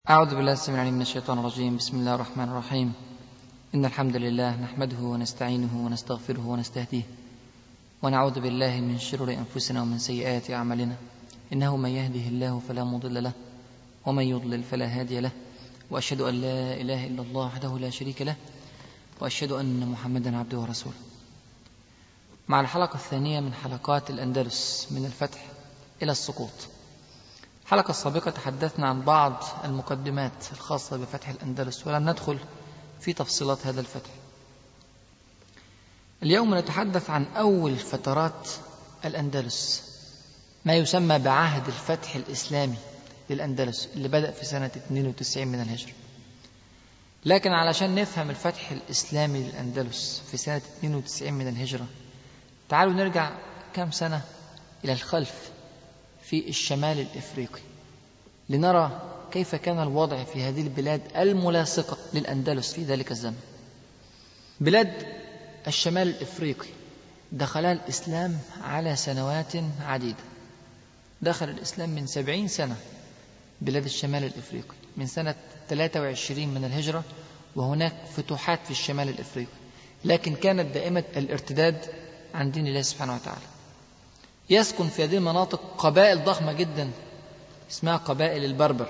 أعوذ بالله السميع العليم من الشيطان الرجيم. بسم الله الرحمن الرحيم. إن الحمد لله نحمده ونستعينه ونستغفره ونستهديه ونعوذ بالله من شرور أنفسنا ومن سيئات أعمالنا. إنه من يهده الله فلا مضل له ومن يضلل فلا هادي له، وأشهد أن لا إله إلا الله وحده لا شريك له، وأشهد أن محمدا عبده ورسوله. مع الحلقة الثانية من حلقات الأندلس من الفتح إلى السقوط. الحلقة السابقة تحدثنا عن بعض المقدمات الخاصة بفتح الأندلس ولم ندخل في تفصيلات هذا الفتح. اليوم نتحدث عن أول فترات الأندلس، ما يسمى بعهد الفتح الإسلامي للأندلس اللي بدأ في سنة 92 من الهجرة. لكن علشان نفهم الفتح الإسلامي للأندلس في سنة 92 من الهجرة، تعالوا نرجع كم سنة إلى الخلف في الشمال الإفريقي لنرى كيف كان الوضع في هذه البلاد الملاصقة للأندلس في ذلك الزمن. بلاد الشمال الإفريقي دخلها الإسلام على سنوات عديدة. دخل الإسلام من 70 سنة بلاد الشمال الإفريقي، من سنة 23 من الهجرة، وهناك فتوحات في الشمال الإفريقي، لكن كانت دائمة الارتداد عن دين الله سبحانه وتعالى. يسكن في هذه المناطق قبائل ضخمة جدا اسمها قبائل البربر،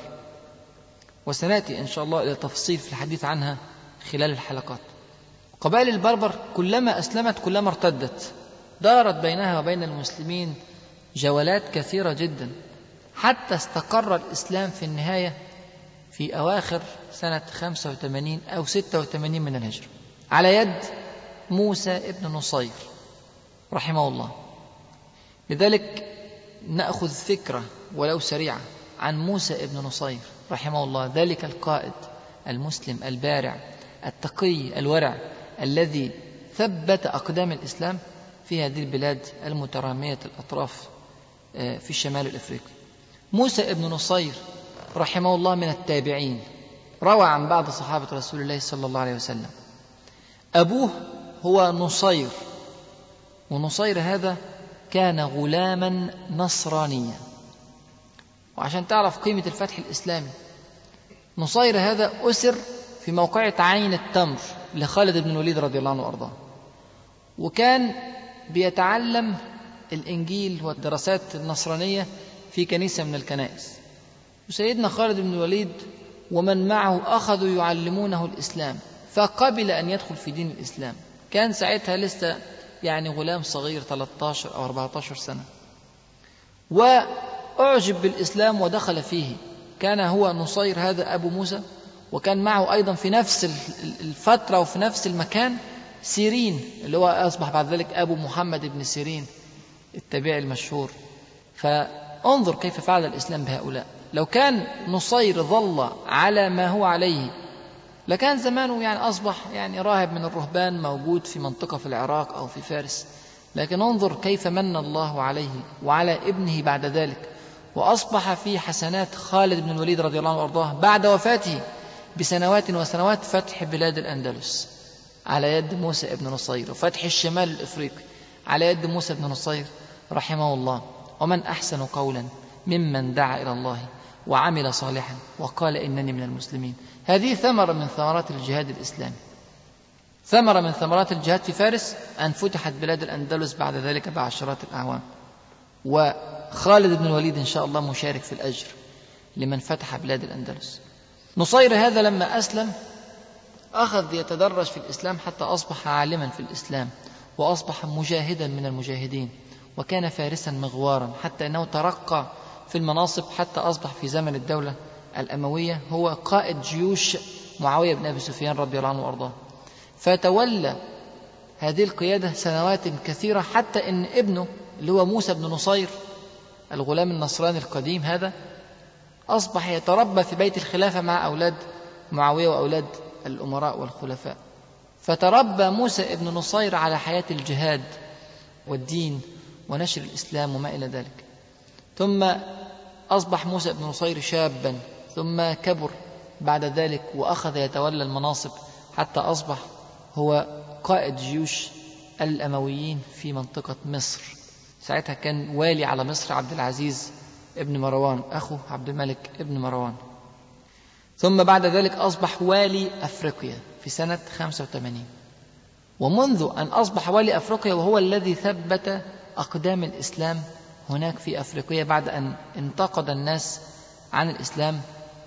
وسنأتي إن شاء الله إلى تفصيل في الحديث عنها خلال الحلقات. قبائل البربر كلما أسلمت كلما ارتدت، دارت بينها وبين المسلمين جولات كثيرة جدا، حتى استقر الإسلام في النهاية في أواخر سنة 85 أو 86 من الهجرة على يد موسى ابن نصير رحمه الله. لذلك نأخذ فكرة ولو سريعة عن موسى ابن نصير رحمه الله، ذلك القائد المسلم البارع التقي الورع الذي ثبت أقدام الإسلام في هذه البلاد المترامية الأطراف في الشمال الإفريقي. موسى ابن نصير رحمه الله من التابعين، روى عن بعض صحابة رسول الله صلى الله عليه وسلم. أبوه هو نصير، ونصير هذا كان غلاما نصرانيا. وعشان تعرف قيمة الفتح الإسلامي، نصير هذا أسر في موقعة عين التمر لخالد بن الوليد رضي الله عنه وأرضاه، وكان بيتعلم الإنجيل والدراسات النصرانية في كنيسة من الكنائس. وسيدنا خالد بن الوليد ومن معه أخذوا يعلمونه الإسلام، فقبل أن يدخل في دين الإسلام. كان ساعتها لسه غلام صغير 13 أو 14 سنة، وأعجب بالإسلام ودخل فيه. كان هو نصير هذا أبو موسى، وكان معه أيضا في نفس الفترة وفي نفس المكان سيرين اللي هو أصبح بعد ذلك أبو محمد بن سيرين التابعي المشهور. فانظر كيف فعل الإسلام بهؤلاء. لو كان نصير ظل على ما هو عليه لكان زمانه أصبح راهب من الرهبان موجود في منطقة في العراق أو في فارس. لكن انظر كيف من الله عليه وعلى ابنه بعد ذلك، وأصبح في حسنات خالد بن الوليد رضي الله عنه وأرضاه بعد وفاته بسنوات وسنوات فتح بلاد الأندلس على يد موسى ابن نصير، وفتح الشمال الإفريقي على يد موسى ابن نصير رحمه الله. ومن أحسن قولا ممن دعا إلى الله وعمل صالحا وقال إنني من المسلمين. هذه ثمرة من ثمرات الجهاد الإسلامي، ثمرة من ثمرات الجهاد في فارس أن فتحت بلاد الأندلس بعد ذلك بعشرات الأعوام. وخالد بن الوليد إن شاء الله مشارك في الأجر لمن فتح بلاد الأندلس. نصير هذا لما أسلم أخذ يتدرج في الإسلام حتى أصبح عالما في الإسلام، وأصبح مجاهدا من المجاهدين، وكان فارسا مغوارا حتى أنه ترقى في المناصب حتى أصبح في زمن الدولة الأموية هو قائد جيوش معاوية بن أبي سفيان رضي الله عنه وأرضاه. فتولى هذه القيادة سنوات كثيرة، حتى أن ابنه اللي هو موسى بن نصير الغلام النصراني القديم هذا أصبح يتربى في بيت الخلافة مع أولاد معاوية وأولاد الأمراء والخلفاء. فتربى موسى بن نصير على حياة الجهاد والدين ونشر الإسلام وما إلى ذلك. ثم أصبح موسى بن نصير شابا، ثم كبر بعد ذلك وأخذ يتولى المناصب حتى أصبح هو قائد جيوش الأمويين في منطقة مصر. ساعتها كان والي على مصر عبد العزيز ابن مروان أخو عبد الملك ابن مروان. ثم بعد ذلك أصبح والي أفريقيا في سنة 85. ومنذ أن أصبح والي أفريقيا وهو الذي ثبت أقدام الإسلام هناك في أفريقيا بعد أن انتقد الناس عن الإسلام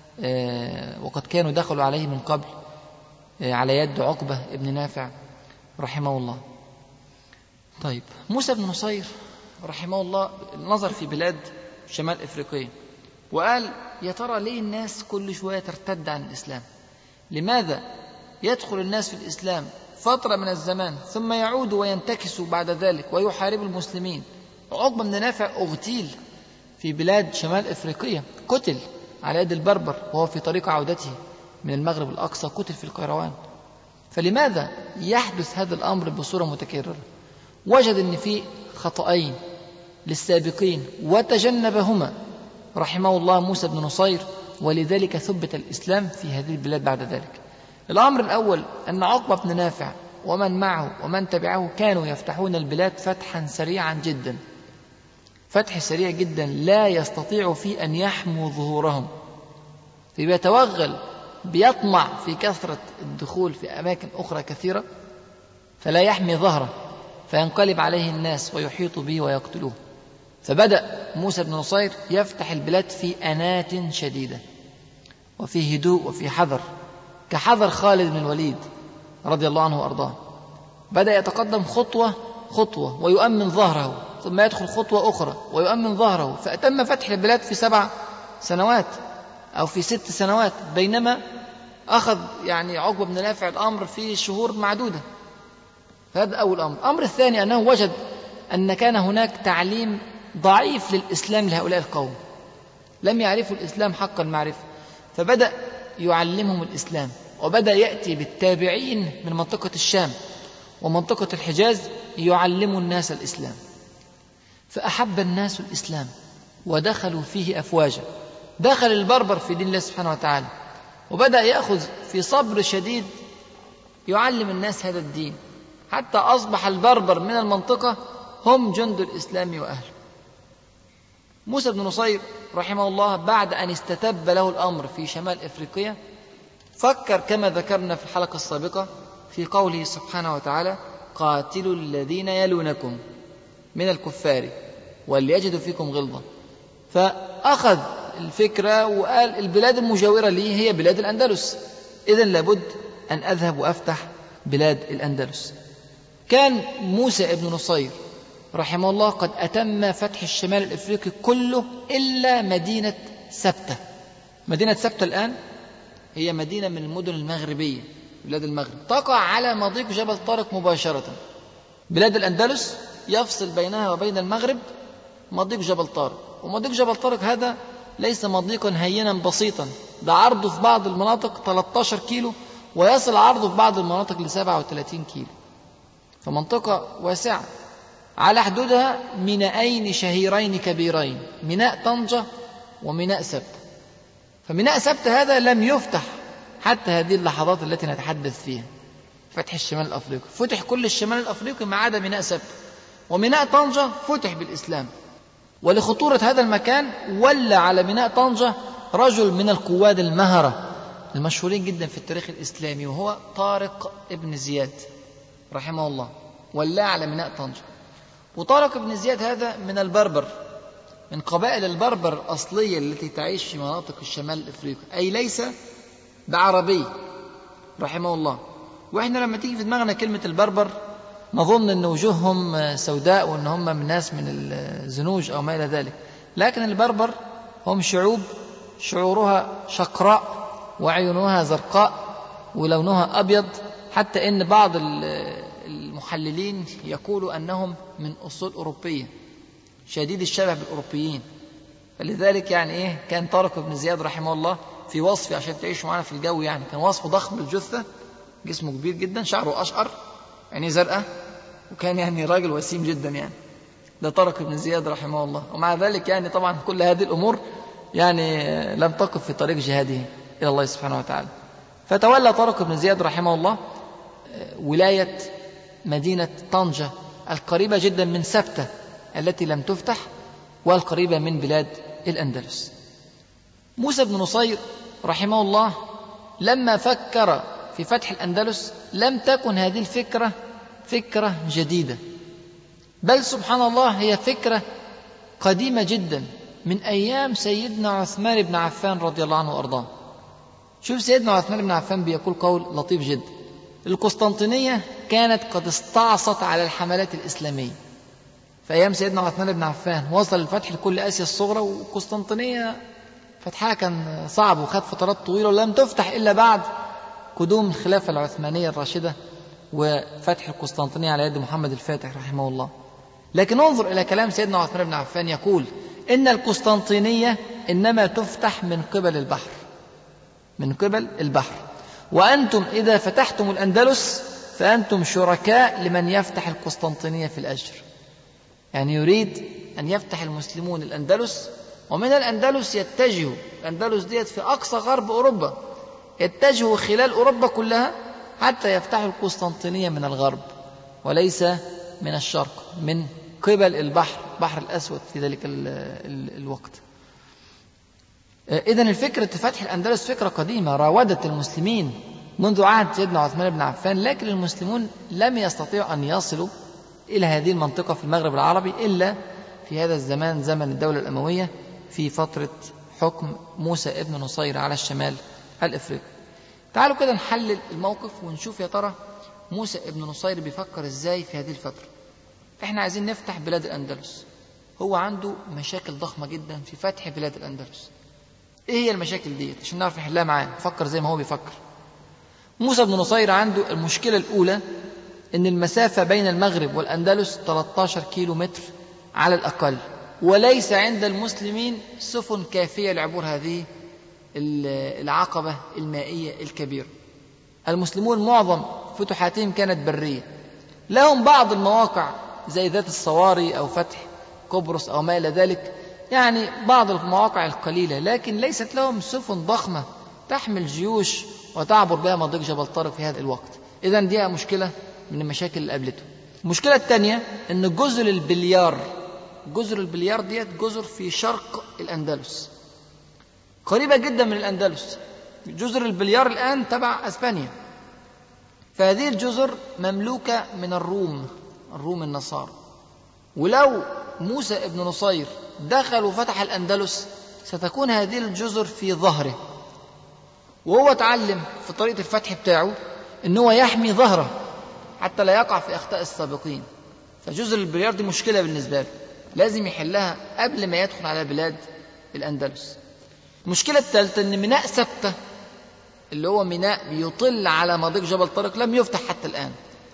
وقد كانوا دخلوا عليه من قبل على يد عقبة ابن نافع رحمه الله. طيب، موسى بن نصير رحمه الله نظر في بلاد شمال أفريقيا وقال: يا ترى ليه الناس كل شوية ترتد عن الإسلام؟ لماذا يدخل الناس في الإسلام فترة من الزمان ثم يعودوا وينتكسوا بعد ذلك ويحارب المسلمين؟ عقبة بن نافع اغتيل في بلاد شمال أفريقيا، قتل على يد البربر وهو في طريق عودته من المغرب الأقصى، قتل في القيروان. فلماذا يحدث هذا الأمر بصورة متكررة؟ وجد أن في خطأين للسابقين وتجنبهما رحمه الله موسى بن نصير، ولذلك ثبت الإسلام في هذه البلاد بعد ذلك. الأمر الأول أن عقبة بن نافع ومن معه ومن تبعه كانوا يفتحون البلاد فتحا سريعا جدا، فتح سريع جدا لا يستطيع فيه أن يحموا ظهورهم، فبيتوغل بيطمع في كثرة الدخول في أماكن أخرى كثيرة فلا يحمي ظهره، فينقلب عليه الناس ويحيط به ويقتلوه. فبدأ موسى بن نصير يفتح البلاد في أنات شديدة وفي هدوء وفي حذر، كحذر خالد بن الوليد رضي الله عنه وأرضاه. بدأ يتقدم خطوة خطوة ويؤمن ظهره، ثم يدخل خطوة أخرى ويؤمن ظهره، فأتم فتح البلاد في 7 سنوات أو في 6 سنوات، بينما أخذ عقبة بن نافع الأمر في شهور معدودة. هذا أول أمر. الأمر الثاني أنه وجد أن كان هناك تعليم ضعيف للإسلام لهؤلاء القوم، لم يعرفوا الإسلام حق المعرفة، فبدأ يعلمهم الإسلام، وبدأ يأتي بالتابعين من منطقة الشام ومنطقة الحجاز يعلموا الناس الإسلام، فأحب الناس الإسلام ودخلوا فيه أفواجا. دخل البربر في دين الله سبحانه وتعالى، وبدأ يأخذ في صبر شديد يعلم الناس هذا الدين، حتى أصبح البربر من المنطقة هم جند الإسلام وأهله. موسى بن نصير رحمه الله بعد أن استتب له الأمر في شمال أفريقيا فكر كما ذكرنا في الحلقة السابقة في قوله سبحانه وتعالى: قاتلوا الذين يلونكم من الكفار وليجدوا فيكم غلظة. فأخذ الفكرة وقال: البلاد المجاورة لي هي بلاد الأندلس، إذن لابد أن أذهب وأفتح بلاد الأندلس. كان موسى بن نصير رحمه الله قد أتم فتح الشمال الأفريقي كله إلا مدينة سبتة. مدينة سبتة الآن هي مدينة من المدن المغربية، بلاد المغرب، تقع على مضيق جبل طارق مباشرة. بلاد الأندلس يفصل بينها وبين المغرب مضيق جبل طارق، ومضيق جبل طارق هذا ليس مضيقا هينا بسيطا، ده عرضه في بعض المناطق 13 كيلو، ويصل عرضه في بعض المناطق ل 37 كيلو، فمنطقة واسعة. على حدودها ميناءين شهيرين كبيرين، ميناء طنجة وميناء سبتة. فميناء سبتة هذا لم يفتح حتى هذه اللحظات التي نتحدث فيها، فتح الشمال الأفريقي، فتح كل الشمال الأفريقي ما عدا ميناء سبتة. وميناء طنجة فتح بالإسلام، ولخطورة هذا المكان ولى على ميناء طنجة رجل من القواد المهرة المشهورين جدا في التاريخ الإسلامي، وهو طارق ابن زياد رحمه الله، ولى على ميناء طنجة. وطارق ابن زياد هذا من البربر، من قبائل البربر الأصلية التي تعيش في مناطق الشمال الأفريقي، أي ليس بعربي رحمه الله. وإحنا لما تيجي في دماغنا كلمة البربر نظن أن وجوههم سوداء وأن هم من ناس من الزنوج أو ما إلى ذلك، لكن البربر هم شعوب شعورها شقراء وعيونها زرقاء ولونها أبيض، حتى إن بعض المحللين يقولوا أنهم من أصول أوروبية شديد الشبه بالأوروبيين. فلذلك كان طارق بن زياد رحمه الله في وصفه، عشان تعيشوا معنا في الجو، كان وصفه ضخم الجثة، جسمه كبير جدا، شعره أشقر، عينيه زرقاء، وكان راجل وسيم جدا. ده طارق بن زياد رحمه الله. ومع ذلك طبعا كل هذه الأمور لم تقف في طريق جهاده إلى الله سبحانه وتعالى. فتولى طارق بن زياد رحمه الله ولاية مدينة طنجة القريبة جدا من سبتة التي لم تفتح، والقريبة من بلاد الأندلس. موسى بن نصير رحمه الله لما فكر في فتح الأندلس لم تكن هذه الفكرة فكرة جديدة، بل سبحان الله هي فكرة قديمة جدا من أيام سيدنا عثمان بن عفان رضي الله عنه وأرضاه. شوف سيدنا عثمان بن عفان بيقول قول لطيف جدا: القسطنطينية كانت قد استعصت على الحملات الإسلامية. في أيام سيدنا عثمان بن عفان وصل الفتح لكل آسيا الصغرى، والقسطنطينية فتحها كان صعب وخد فترات طويلة ولم تفتح إلا بعد قدوم الخلافة العثمانية الراشدة وفتح القسطنطينية على يد محمد الفاتح رحمه الله. لكن انظر إلى كلام سيدنا عثمان بن عفان يقول: إن القسطنطينية إنما تفتح من قبل البحر، من قبل البحر، وأنتم إذا فتحتم الأندلس فأنتم شركاء لمن يفتح القسطنطينية في الأجر. يعني يريد أن يفتح المسلمون الأندلس، ومن الأندلس يتجهوا، الأندلس ديت في أقصى غرب أوروبا، يتجهوا خلال أوروبا كلها حتى يفتحوا القسطنطينية من الغرب وليس من الشرق، من قبل البحر، بحر الأسود في ذلك الوقت. إذن الفكرة فتح الأندلس فكرة قديمة راودت المسلمين منذ عهد سيدنا عثمان بن عفان، لكن المسلمون لم يستطيعوا أن يصلوا إلى هذه المنطقة في المغرب العربي إلا في هذا الزمان، زمن الدولة الأموية، في فترة حكم موسى ابن نصير على الشمال الإفريقي. تعالوا كده نحلل الموقف ونشوف يا ترى موسى ابن نصير بيفكر إزاي في هذه الفترة. إحنا عايزين نفتح بلاد الأندلس، هو عنده مشاكل ضخمة جدا في فتح بلاد الأندلس. إيه هي المشاكل دي عشان نعرف نحلها معاه، نفكر زي ما هو بيفكر. موسى بن نصير عنده المشكلة الأولى إن المسافة بين المغرب والأندلس 13 كيلو متر على الأقل، وليس عند المسلمين سفن كافية لعبور هذه العقبة المائية الكبيرة. المسلمون معظم فتوحاتهم كانت برية، لهم بعض المواقع زي ذات الصواري أو فتح قبرص أو ما إلى ذلك، يعني بعض المواقع القليلة، لكن ليست لهم سفن ضخمة تحمل جيوش وتعبر بها مضيق جبل طارق في هذا الوقت. إذن دي مشكلة من المشاكل اللي قابلته. المشكلة الثانية أن جزر البليار ديت جزر في شرق الأندلس قريبة جدا من الأندلس. جزر البليار الآن تبع أسبانيا، فهذه الجزر مملوكة من الروم النصارى. ولو موسى ابن نصير دخل وفتح الأندلس ستكون هذه الجزر في ظهره، وهو تعلم في طريقة الفتح بتاعه أنه يحمي ظهره حتى لا يقع في أخطاء السابقين. فجزر البليار دي مشكلة بالنسبة له، لازم يحلها قبل ما يدخل على بلاد الأندلس. المشكلة الثالثة أن ميناء سبتة اللي هو ميناء بيطل على مضيق جبل طارق لم يفتح حتى الآن،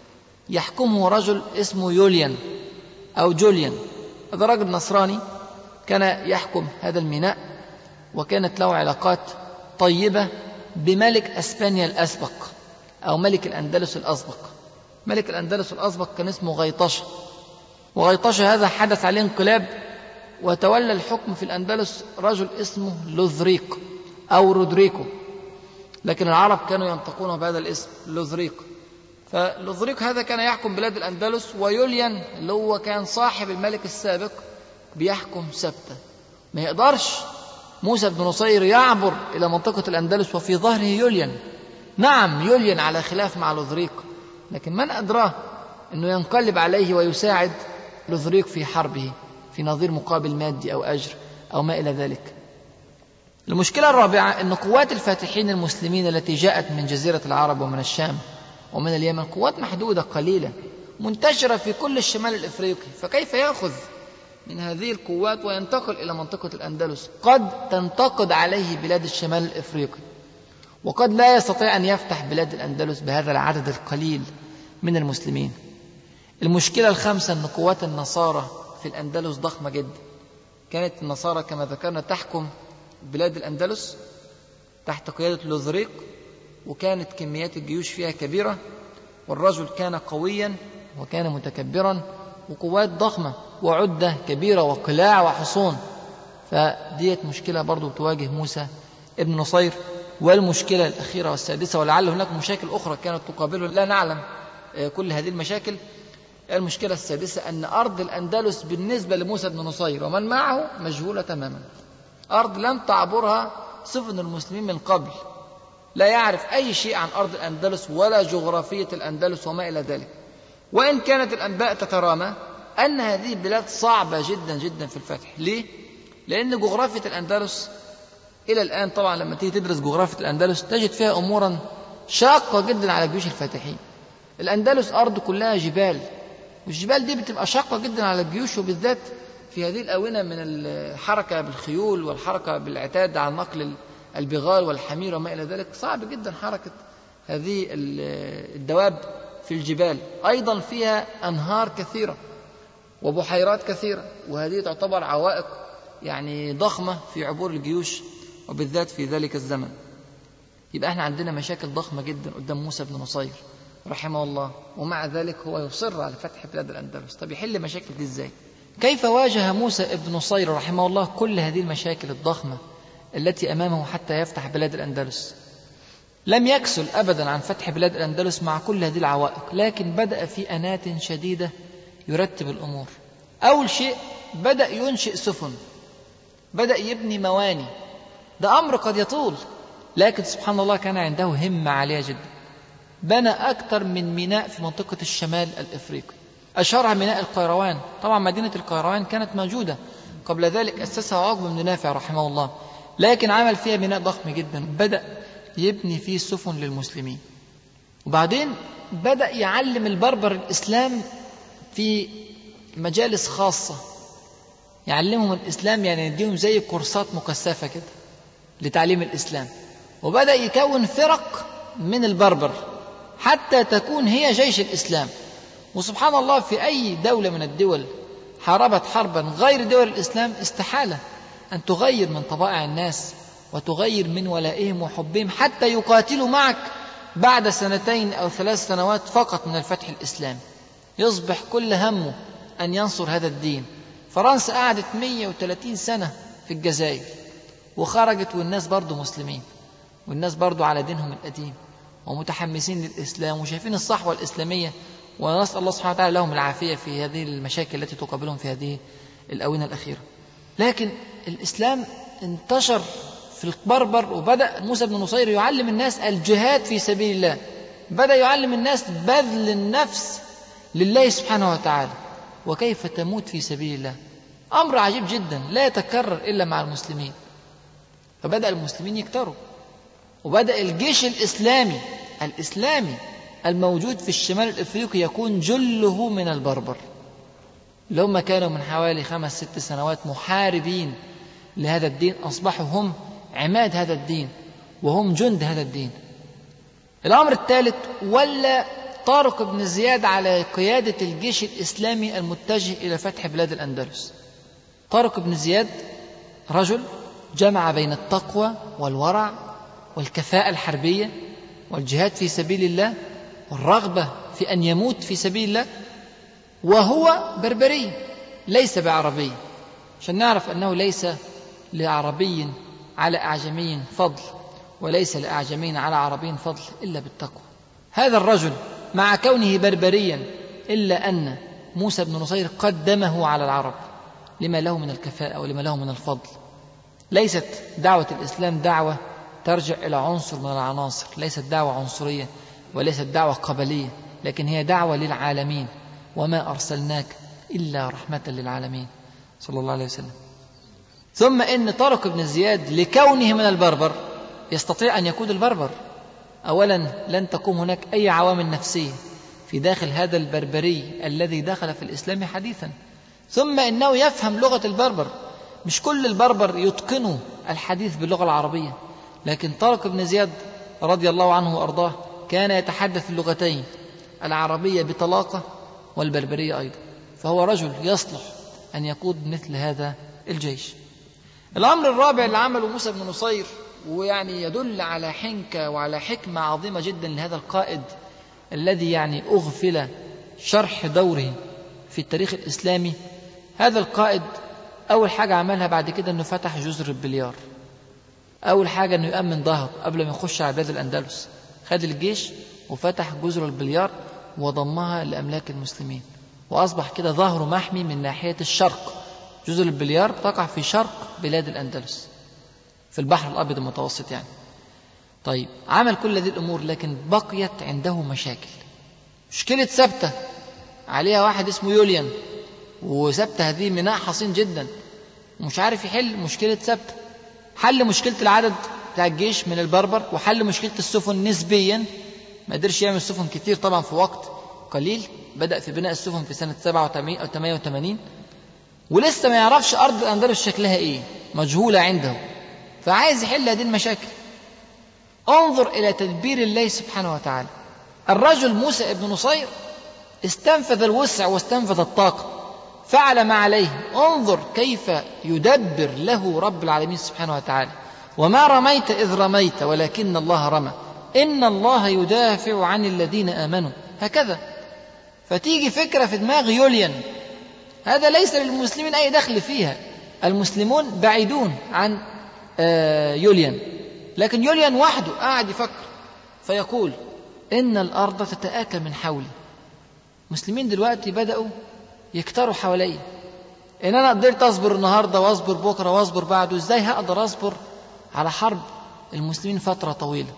يحكمه رجل اسمه يوليان أو جوليان. هذا رجل نصراني كان يحكم هذا الميناء، وكانت له علاقات طيبة بملك أسبانيا الأسبق أو ملك الأندلس الأسبق. ملك الأندلس الأسبق كان اسمه غيطشة، وغيطشة هذا حدث عليه انقلاب وتولى الحكم في الأندلس رجل اسمه لوذريق أو رودريكو، لكن العرب كانوا ينطقونه بهذا الاسم لوذريق. فلوذريق هذا كان يحكم بلاد الأندلس، ويوليان اللي هو كان صاحب الملك السابق بيحكم سبتة. ما يقدرش موسى بن نصير يعبر إلى منطقة الأندلس وفي ظهره يوليان. نعم يوليان على خلاف مع لوذريق، لكن من أدراه أنه ينقلب عليه ويساعد لوذريق في حربه في نظير مقابل مادي أو أجر أو ما إلى ذلك. المشكلة الرابعة أن قوات الفاتحين المسلمين التي جاءت من جزيرة العرب ومن الشام ومن اليمن قوات محدودة قليلة منتشرة في كل الشمال الإفريقي، فكيف يأخذ من هذه القوات وينتقل إلى منطقة الأندلس؟ قد تنتقد عليه بلاد الشمال الإفريقي، وقد لا يستطيع أن يفتح بلاد الأندلس بهذا العدد القليل من المسلمين. المشكلة الخامسة أن قوات النصارى في الأندلس ضخمة جدا. كانت النصارى كما ذكرنا تحكم بلاد الأندلس تحت قيادة لوذريق، وكانت كميات الجيوش فيها كبيرة، والرجل كان قويا وكان متكبرا، وقوات ضخمة وعدة كبيرة وقلاع وحصون. فديت مشكلة برضو تواجه موسى ابن نصير. والمشكلة الأخيرة والسادسة، ولعل هناك مشاكل أخرى كانت تقابله لا نعلم كل هذه المشاكل، المشكلة السادسة أن أرض الأندلس بالنسبة لموسى بن نصير ومن معه مجهولة تماما، أرض لم تعبرها سفن المسلمين من قبل، لا يعرف أي شيء عن أرض الأندلس ولا جغرافية الأندلس وما إلى ذلك. وإن كانت الأنباء تترامى أن هذه البلاد صعبة جدا جدا في الفتح. ليه؟ لأن جغرافية الأندلس إلى الآن طبعا لما تيجي تدرس جغرافية الأندلس تجد فيها أمورا شاقة جدا على جيوش الفاتحين. الأندلس أرض كلها جبال، والجبال دي بتبقى شاقة جدا على الجيوش، وبالذات في هذه الآونة من الحركة بالخيول والحركة بالعتاد على نقل البغال والحمير وما إلى ذلك. صعب جدا حركة هذه الدواب في الجبال. أيضا فيها أنهار كثيرة وبحيرات كثيرة، وهذه تعتبر عوائق يعني ضخمة في عبور الجيوش وبالذات في ذلك الزمن. يبقى احنا عندنا مشاكل ضخمة جدا قدام موسى بن نصير رحمه الله، ومع ذلك هو يصر على فتح بلاد الأندلس. طب يحل مشاكل دي ازاي؟ كيف واجه موسى بن نصير رحمه الله كل هذه المشاكل الضخمة التي أمامه حتى يفتح بلاد الأندلس؟ لم يكسل أبدا عن فتح بلاد الأندلس مع كل هذه العوائق، لكن بدأ في أناة شديدة يرتب الأمور. أول شيء بدأ ينشئ سفن، بدأ يبني مواني. ده أمر قد يطول، لكن سبحان الله كان عنده همة عالية جدا. بنى أكثر من ميناء في منطقة الشمال الإفريقي، أشهرها ميناء القيروان. طبعا مدينة القيروان كانت موجودة قبل ذلك، أسسها عقبة بن نافع رحمه الله، لكن عمل فيها بناء ضخم جدا، بدأ يبني فيه سفن للمسلمين. وبعدين بدأ يعلم البربر الإسلام في مجالس خاصة، يعلمهم الإسلام، يعني يديهم زي كورسات مكثفة كده لتعليم الإسلام. وبدأ يكون فرق من البربر حتى تكون هي جيش الإسلام. وسبحان الله في أي دولة من الدول حاربت حربا غير دول الإسلام استحالة أن تغير من طبائع الناس وتغير من ولائهم وحبهم حتى يقاتلوا معك بعد 2 أو 3 سنوات فقط من الفتح الإسلامي. يصبح كل همه أن ينصر هذا الدين. فرنسا قعدت 130 سنة في الجزائر وخرجت، والناس برضو مسلمين، والناس برضو على دينهم القديم ومتحمسين للإسلام وشايفين الصحوة الإسلامية، ونسأل الله سبحانه وتعالى لهم العافية في هذه المشاكل التي تقابلهم في هذه الآونة الأخيرة. لكن الإسلام انتشر في البربر، وبدأ موسى بن نصير يعلم الناس الجهاد في سبيل الله، بدأ يعلم الناس بذل النفس لله سبحانه وتعالى، وكيف تموت في سبيل الله. أمر عجيب جدا لا يتكرر إلا مع المسلمين. فبدأ المسلمين يكتروا، وبدأ الجيش الإسلامي الموجود في الشمال الإفريقي يكون جله من البربر، اللي هم كانوا من حوالي 5-6 سنوات محاربين لهذا الدين، أصبحوا هم عماد هذا الدين وهم جند هذا الدين. الأمر الثالث، ولا طارق بن زياد على قيادة الجيش الإسلامي المتجه إلى فتح بلاد الأندلس. طارق بن زياد رجل جمع بين التقوى والورع والكفاءة الحربية والجهاد في سبيل الله والرغبة في أن يموت في سبيل الله، وهو بربري ليس بعربي، عشان نعرف أنه ليس لعربي على أعجمي فضل، وليس لأعجمي على عربي فضل إلا بالتقوى. هذا الرجل مع كونه بربريا إلا أن موسى بن نصير قدمه على العرب لما له من الكفاءة ولما له من الفضل. ليست دعوة الإسلام دعوة ترجع إلى عنصر من العناصر، ليست دعوة عنصرية وليست دعوة قبلية، لكن هي دعوة للعالمين، وما أرسلناك إلا رحمة للعالمين صلى الله عليه وسلم. ثم إن طارق بن زياد لكونه من البربر يستطيع أن يقود البربر. أولا لن تقوم هناك أي عوامل نفسية في داخل هذا البربري الذي دخل في الإسلام حديثا. ثم إنه يفهم لغة البربر، مش كل البربر يتقنوا الحديث باللغة العربية، لكن طارق بن زياد رضي الله عنه وأرضاه كان يتحدث اللغتين، العربية بطلاقة والبربرية أيضا، فهو رجل يصلح أن يقود مثل هذا الجيش. الأمر الرابع اللي عمله موسى بن نصير، ويعني يدل على حنكة وعلى حكمة عظيمة جدا لهذا القائد الذي يعني أغفل شرح دوره في التاريخ الإسلامي. هذا القائد أول حاجة عملها بعد كده أنه فتح جزر البليار. أول حاجة أنه يأمن ظهره قبل ما يخش على بلاد الأندلس، خد الجيش وفتح جزر البليار وضمها لأملاك المسلمين، وأصبح كده ظهره محمي من ناحية الشرق. جزر البليار تقع في شرق بلاد الأندلس في البحر الأبيض المتوسط يعني. طيب عمل كل هذه الأمور، لكن بقيت عنده مشاكل. مشكلة سبتة عليها واحد اسمه يوليان، وسبتة هذه ميناء حصين جدا، ومش عارف يحل مشكلة سبتة. حل مشكلة العدد بتاع الجيش من البربر، وحل مشكلة السفن نسبيا، ما قدرش يعمل سفن كتير طبعا في وقت قليل. بدأ في بناء السفن في سنة 87 أو 88، ولسه ما يعرفش أرض الأندلس شكلها إيه، مجهولة عنده، فعايز يحل هذه المشاكل. انظر إلى تدبير الله سبحانه وتعالى. الرجل موسى ابن نصير استنفذ الوسع واستنفذ الطاقة، فعل ما عليه. انظر كيف يدبر له رب العالمين سبحانه وتعالى. وما رميت إذ رميت ولكن الله رمى، إن الله يدافع عن الذين آمنوا، هكذا. فتيجي فكرة في دماغ يوليان، هذا ليس للمسلمين أي دخل فيها، المسلمون بعيدون عن يوليان، لكن يوليان وحده قاعد يفكر فيقول إن الأرض تتآكل من حولي. المسلمين دلوقتي بدأوا يكتروا حوالي، إن أنا قدرت أصبر النهاردة وأصبر بكرة وأصبر بعده، إزاي هقدر أصبر على حرب المسلمين فترة طويلة؟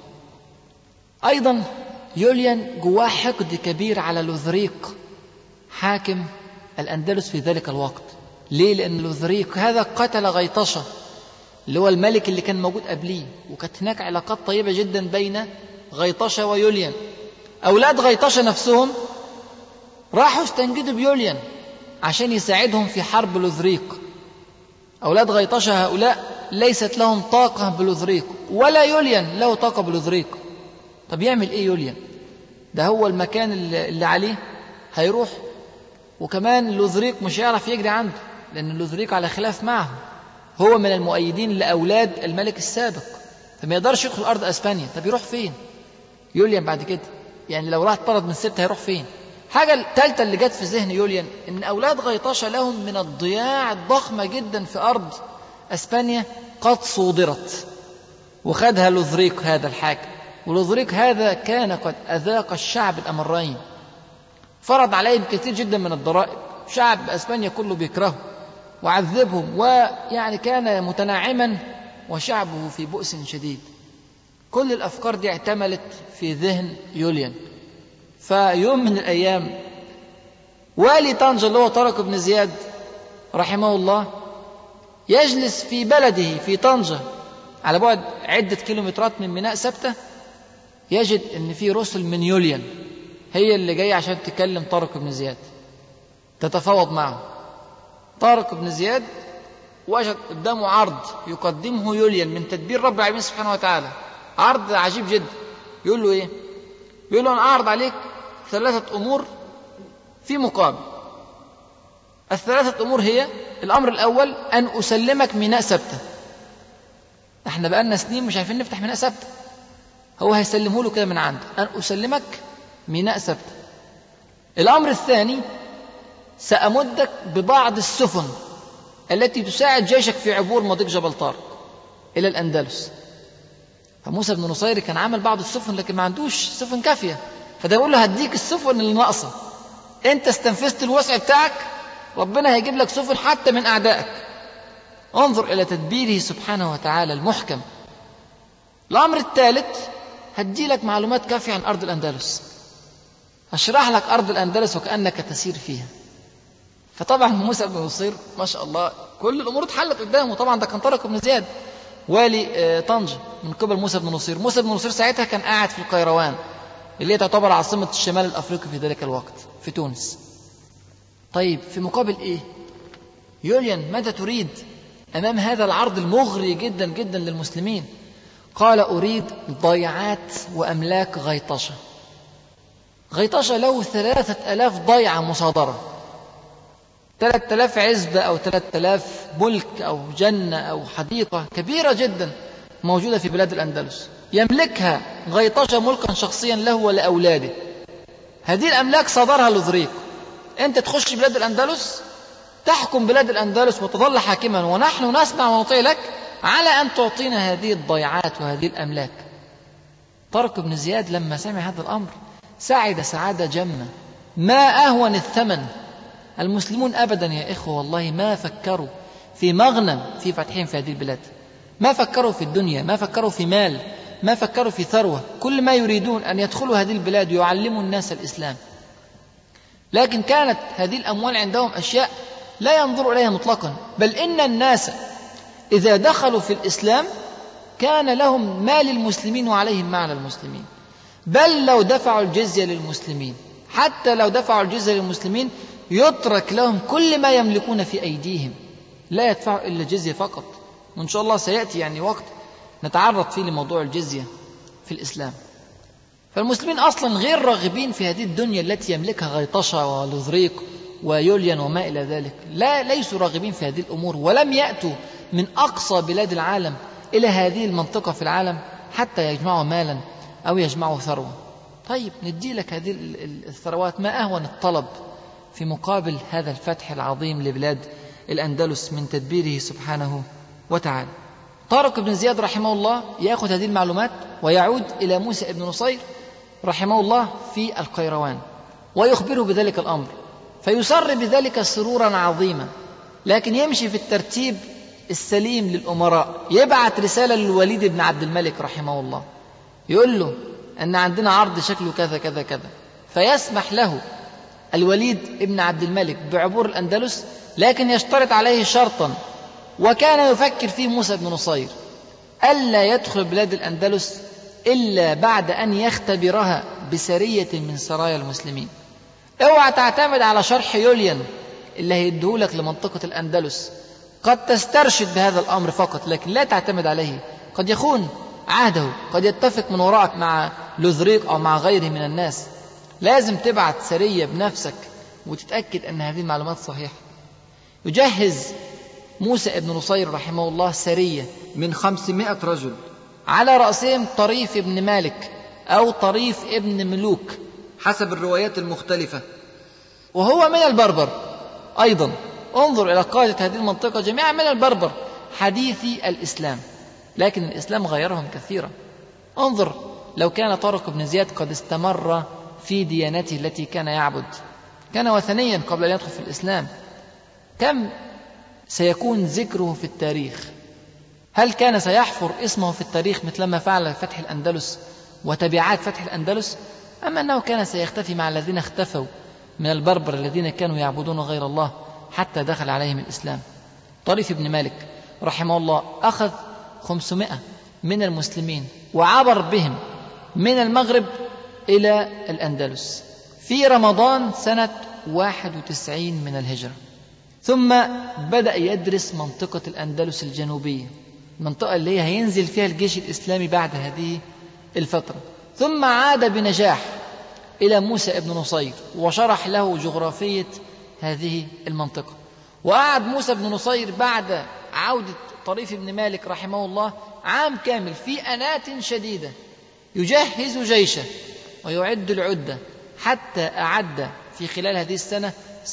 أيضا يوليان جواه حقد كبير على لوذريق حاكم الأندلس في ذلك الوقت. ليه؟ لأن لوذريق هذا قتل غيطشة اللي هو الملك اللي كان موجود قبليه، وكانت هناك علاقات طيبة جدا بين غيطشة ويوليان. أولاد غيطشة نفسهم راحوا استنجدوا بيوليان عشان يساعدهم في حرب لوذريق. أولاد غيطشة هؤلاء ليست لهم طاقة بلوذريق، ولا يوليان له طاقة بلوذريق. طب يعمل إيه يوليان؟ ده هو المكان اللي عليه هيروح، وكمان لوذريق مش هيعرف يجري عنده، لأن لوذريق على خلاف معه، هو من المؤيدين لأولاد الملك السابق، فما يقدرش يدخل أرض أسبانيا. طب يروح فين يوليان بعد كده؟ يعني لو راح طرد من سبتة هيروح فين؟ حاجة الثالثة اللي جت في ذهن يوليان إن أولاد غيطشة لهم من الضياع الضخمة جدا في أرض أسبانيا قد صودرت، وخدها لوذريق هذا الحاكم. ولوذريق هذا كان قد أذاق الشعب الأمرين، فرض عليهم كثير جدا من الضرائب، شعب أسبانيا كله بيكرهه وعذبهم، ويعني كان متناعما وشعبه في بؤس شديد. كل الأفكار دي اعتملت في ذهن يوليان. فيوم من الأيام والي طنجة اللي هو طارق بن زياد رحمه الله يجلس في بلده في طنجة على بعد عدة كيلومترات من ميناء سبتة، يجد أن في رسل من يوليان هي اللي جاية عشان تكلم طارق بن زياد تتفاوض معه. طارق بن زياد وجد قدامه عرض يقدمه يوليان من تدبير رب العالمين سبحانه وتعالى، عرض عجيب جدا. يقول له إيه؟ يقول له أنا أعرض عليك 3 أمور في مقابل. ال3 أمور هي: الأمر الأول أن أسلمك ميناء سبتة. احنا بقالنا سنين مش عارفين نفتح ميناء سبتة، هو هيسلمه له كده من عنده، أن أسلمك ميناء سبتة. الأمر الثاني: سأمدك ببعض السفن التي تساعد جيشك في عبور مضيق جبل طارق إلى الأندلس. فموسى بن نصير كان عمل بعض السفن لكن ما عندوش سفن كافية، فده يقول له هديك السفن اللي ناقصة، انت استنفذت الوسع بتاعك، ربنا هيجيب لك سفن حتى من أعدائك. انظر إلى تدبيره سبحانه وتعالى المحكم. الأمر الثالث: هدي لك معلومات كافية عن أرض الأندلس، أشرح لك أرض الأندلس وكأنك تسير فيها. فطبعا موسى بن نصير ما شاء الله كل الأمور اتحلت قدامه. طبعا ده كان طارق بن زياد والي طنجة من قبل موسى بن نصير. موسى بن نصير ساعتها كان قاعد في القيروان اللي هي تعتبر عاصمة الشمال الأفريقي في ذلك الوقت في تونس. طيب في مقابل إيه؟ يوليان ماذا تريد أمام هذا العرض المغري جدا جدا للمسلمين؟ قال أريد ضيعات وأملاك غيطشة. غيطشة له 3000 ضيعة مصادرة، 3000 عزبة أو 3000 ملك أو جنة أو حديقة كبيرة جدا موجودة في بلاد الأندلس، يملكها غيطشة ملكا شخصيا له ولأولاده. هذه الأملاك صادرها لوذريق. أنت تخش بلاد الأندلس، تحكم بلاد الأندلس وتظل حاكما، ونحن نسمع ونطيع لك على أن تعطينا هذه الضيعات وهذه الأملاك. طارق بن زياد لما سمع هذا الأمر سعد سعادة جمة، ما أهون الثمن. المسلمون أبدا يا إخوة والله ما فكروا في مغنم في فتحهم في هذه البلاد، ما فكروا في الدنيا، ما فكروا في مال، ما فكروا في ثروة، كل ما يريدون أن يدخلوا هذه البلاد ويعلموا الناس الإسلام. لكن كانت هذه الأموال عندهم أشياء لا ينظروا إليها مطلقا، بل إن الناس إذا دخلوا في الإسلام كان لهم ما للمسلمين وعليهم ما على المسلمين، بل لو دفعوا الجزية للمسلمين، حتى لو دفعوا الجزية للمسلمين يترك لهم كل ما يملكون في أيديهم، لا يدفعوا إلا الجزية فقط. وإن شاء الله سيأتي وقت نتعرض فيه لموضوع الجزية في الإسلام. فالمسلمين أصلا غير راغبين في هذه الدنيا التي يملكها غيطشة ولذريق ويوليان وما إلى ذلك، ليسوا راغبين في هذه الأمور، ولم يأتوا من أقصى بلاد العالم إلى هذه المنطقة في العالم حتى يجمعوا مالا أو يجمعوا ثروة. طيب ندي لك هذه الثروات، ما أهون الطلب في مقابل هذا الفتح العظيم لبلاد الأندلس من تدبيره سبحانه وتعالى. طارق بن زياد رحمه الله يأخذ هذه المعلومات ويعود إلى موسى بن نصير رحمه الله في القيروان ويخبره بذلك الأمر، فيسر بذلك سرورا عظيما، لكن يمشي في الترتيب السليم للأمراء. يبعث رسالة للوليد بن عبد الملك رحمه الله يقول له أن عندنا عرض شكله كذا كذا كذا، فيسمح له الوليد بن عبد الملك بعبور الأندلس، لكن يشترط عليه شرطا، وكان يفكر فيه موسى بن نصير، ألا يدخل بلاد الأندلس إلا بعد أن يختبرها بسرية من سرايا المسلمين. اوعى تعتمد على شرح يوليان اللي هيديهولك لمنطقة الأندلس، قد تسترشد بهذا الأمر فقط، لكن لا تعتمد عليه، قد يخون عهده، قد يتفق من وراءك مع لذريق أو مع غيره من الناس. لازم تبعت سرية بنفسك وتتأكد أن هذه المعلومات صحيحة. يجهز موسى بن نصير رحمه الله سرية من 500 رجل، على رأسهم طريف ابن مالك أو طريف ابن ملوك حسب الروايات المختلفة، وهو من البربر أيضا. انظر إلى قادة هذه المنطقة جميعا من البربر حديثي الإسلام، لكن الإسلام غيرهم كثيرا. انظر لو كان طارق بن زياد قد استمر في ديانته التي كان يعبد، كان وثنيا قبل أن يدخل في الإسلام، كم سيكون ذكره في التاريخ؟ هل كان سيحفر اسمه في التاريخ مثلما فعل فتح الأندلس وتبعات فتح الأندلس، أم أنه كان سيختفي مع الذين اختفوا من البربر الذين كانوا يعبدون غير الله حتى دخل عليهم الإسلام؟ طريف بن مالك رحمه الله أخذ 500 من المسلمين وعبر بهم من المغرب إلى الأندلس في رمضان سنة 91 من الهجرة، ثم بدأ يدرس منطقة الأندلس الجنوبية، المنطقة اللي هينزل فيها الجيش الإسلامي بعد هذه الفترة. ثم عاد بنجاح إلى موسى بن نصير وشرح له جغرافية هذه المنطقة. وقعد موسى بن نصير بعد عودة طريف بن مالك رحمه الله عام كامل في أنات شديدة يجهز جيشه ويعد العدة، حتى أعد في خلال هذه السنة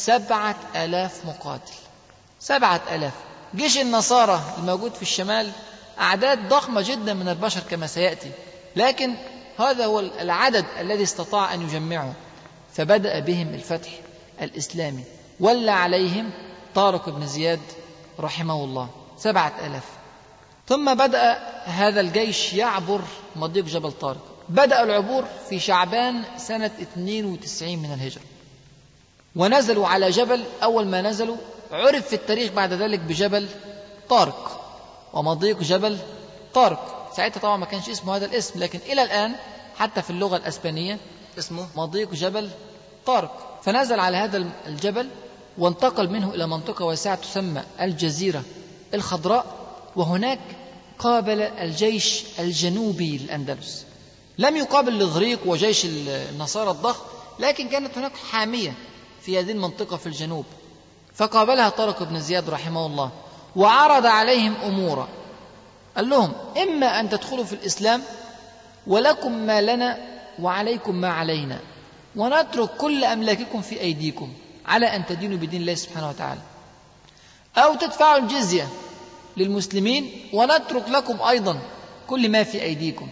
7,000 مقاتل. 7,000. جيش النصارى الموجود في الشمال أعداد ضخمة جدا من البشر كما سيأتي، لكن هذا هو العدد الذي استطاع أن يجمعه، فبدأ بهم الفتح الإسلامي، ولى عليهم طارق بن زياد رحمه الله 7,000. ثم بدأ هذا الجيش يعبر مضيق جبل طارق. بدأ العبور في شعبان سنة 92 من الهجرة، ونزلوا على جبل. أول ما نزلوا عرف في التاريخ بعد ذلك بجبل طارق ومضيق جبل طارق. ساعتها طبعا ما كانش اسمه هذا الاسم، لكن إلى الآن حتى في اللغة الأسبانية اسمه مضيق جبل طارق. فنزل على هذا الجبل وانتقل منه إلى منطقة واسعة تسمى الجزيرة الخضراء، وهناك قابل الجيش الجنوبي للأندلس. لم يقابل لذريق وجيش النصارى الضخم، لكن كانت هناك حامية في هذه المنطقة في الجنوب، فقابلها طارق بن زياد رحمه الله وعرض عليهم أمورا. قال لهم: إما أن تدخلوا في الإسلام ولكم ما لنا وعليكم ما علينا، ونترك كل أملاككم في أيديكم على أن تدينوا بدين الله سبحانه وتعالى، أو تدفعوا الجزية للمسلمين ونترك لكم أيضا كل ما في أيديكم،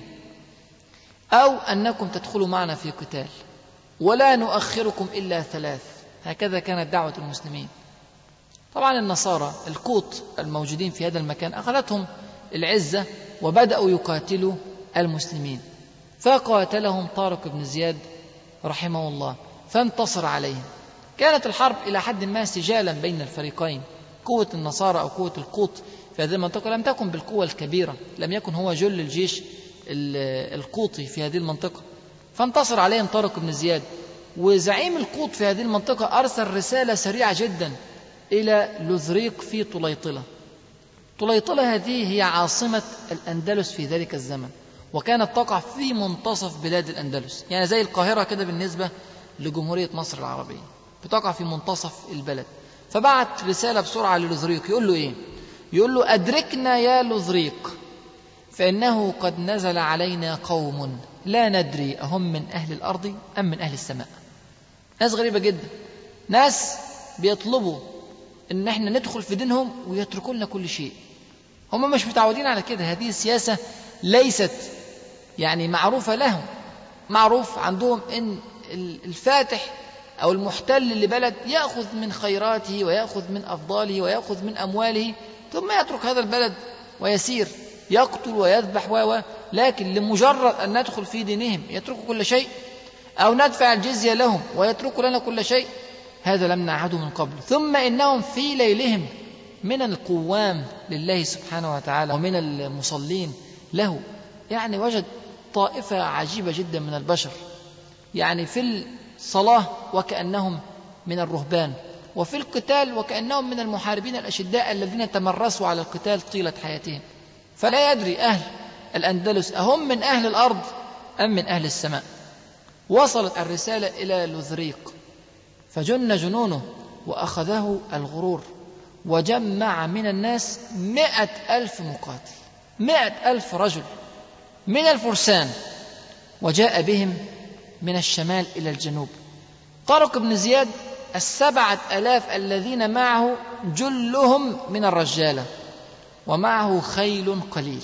أو أنكم تدخلوا معنا في قتال ولا نؤخركم إلا 3. هكذا كانت دعوة المسلمين. طبعا النصارى القوط الموجودين في هذا المكان أخذتهم العزة وبدأوا يقاتلوا المسلمين، فقاتلهم طارق بن زياد رحمه الله فانتصر عليهم. كانت الحرب إلى حد ما سجالا بين الفريقين، قوة النصارى أو قوة القوط في هذه المنطقة لم تكن بالقوة الكبيرة، لم يكن هو جل الجيش القوطي في هذه المنطقة، فانتصر عليهم طارق بن زياد. وزعيم القوط في هذه المنطقة أرسل رسالة سريعة جدا إلى لوذريق في طليطلة. طليطلة هذه هي عاصمة الأندلس في ذلك الزمن، وكانت تقع في منتصف بلاد الأندلس، يعني زي القاهرة كده بالنسبة لجمهورية مصر العربية، بتقع في منتصف البلد. فبعت رسالة بسرعة للوذريق، يقول له إيه؟ يقول له: أدركنا يا لوذريق، فإنه قد نزل علينا قوم لا ندري أهم من أهل الأرض أم من أهل السماء. ناس غريبة جدا، ناس بيطلبوا إن احنا ندخل في دينهم ويتركوا لنا كل شيء. هم مش متعودين على كده، هذه السياسة ليست يعني معروفة لهم. معروف عندهم إن الفاتح أو المحتل لبلد يأخذ من خيراته ويأخذ من أفضاله ويأخذ من أمواله، ثم يترك هذا البلد ويسير يقتل ويذبح لكن لمجرد أن ندخل في دينهم يتركوا كل شيء، أو ندفع الجزية لهم ويتركوا لنا كل شيء، هذا لم نعهده من قبل. ثم إنهم في ليلهم من القوام لله سبحانه وتعالى ومن المصلين له. يعني وجد طائفة عجيبة جدا من البشر، يعني في الصلاة وكأنهم من الرهبان، وفي القتال وكأنهم من المحاربين الأشداء الذين تمرسوا على القتال طيلة حياتهم. فلا يدري أهل الأندلس أهم من أهل الأرض أم من أهل السماء. وصلت الرسالة إلى لوذريق فجن جنونه وأخذه الغرور، وجمع من الناس 100,000 مقاتل، 100,000 رجل من الفرسان، وجاء بهم من الشمال إلى الجنوب. طارق بن زياد 7,000 الذين معه جلهم من الرجالة، ومعه خيل قليل.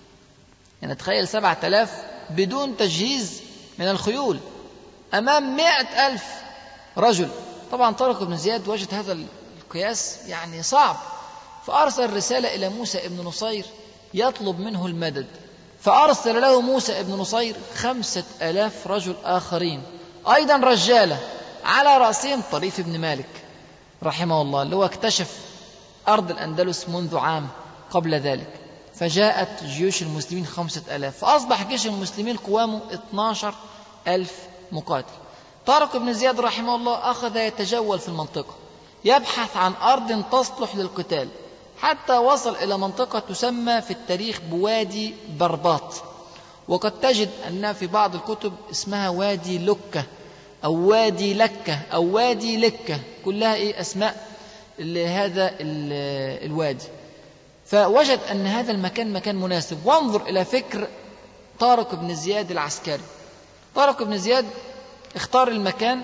يعني تخيل 7,000 بدون تجهيز من الخيول أمام 100,000 رجل. طبعا طارق بن زياد وجد هذا القياس يعني صعب، فأرسل رسالة إلى موسى ابن نصير يطلب منه المدد، فأرسل له موسى ابن نصير 5,000 رجل آخرين أيضا رجالة، على رأسهم طريف بن مالك رحمه الله، اللي هو اكتشف أرض الأندلس منذ عام قبل ذلك. فجاءت جيوش المسلمين 5,000، فأصبح جيش المسلمين قوامه 12,000 مقاتل. طارق بن زياد رحمه الله أخذ يتجول في المنطقة يبحث عن أرض تصلح للقتال، حتى وصل إلى منطقة تسمى في التاريخ بوادي برباط، وقد تجد أنها في بعض الكتب اسمها وادي لكة أو وادي لكة أو وادي لكة، كلها أسماء لهذا الوادي. فوجد أن هذا المكان مكان مناسب. وانظر إلى فكر طارق بن زياد العسكري. طارق بن زياد اختار المكان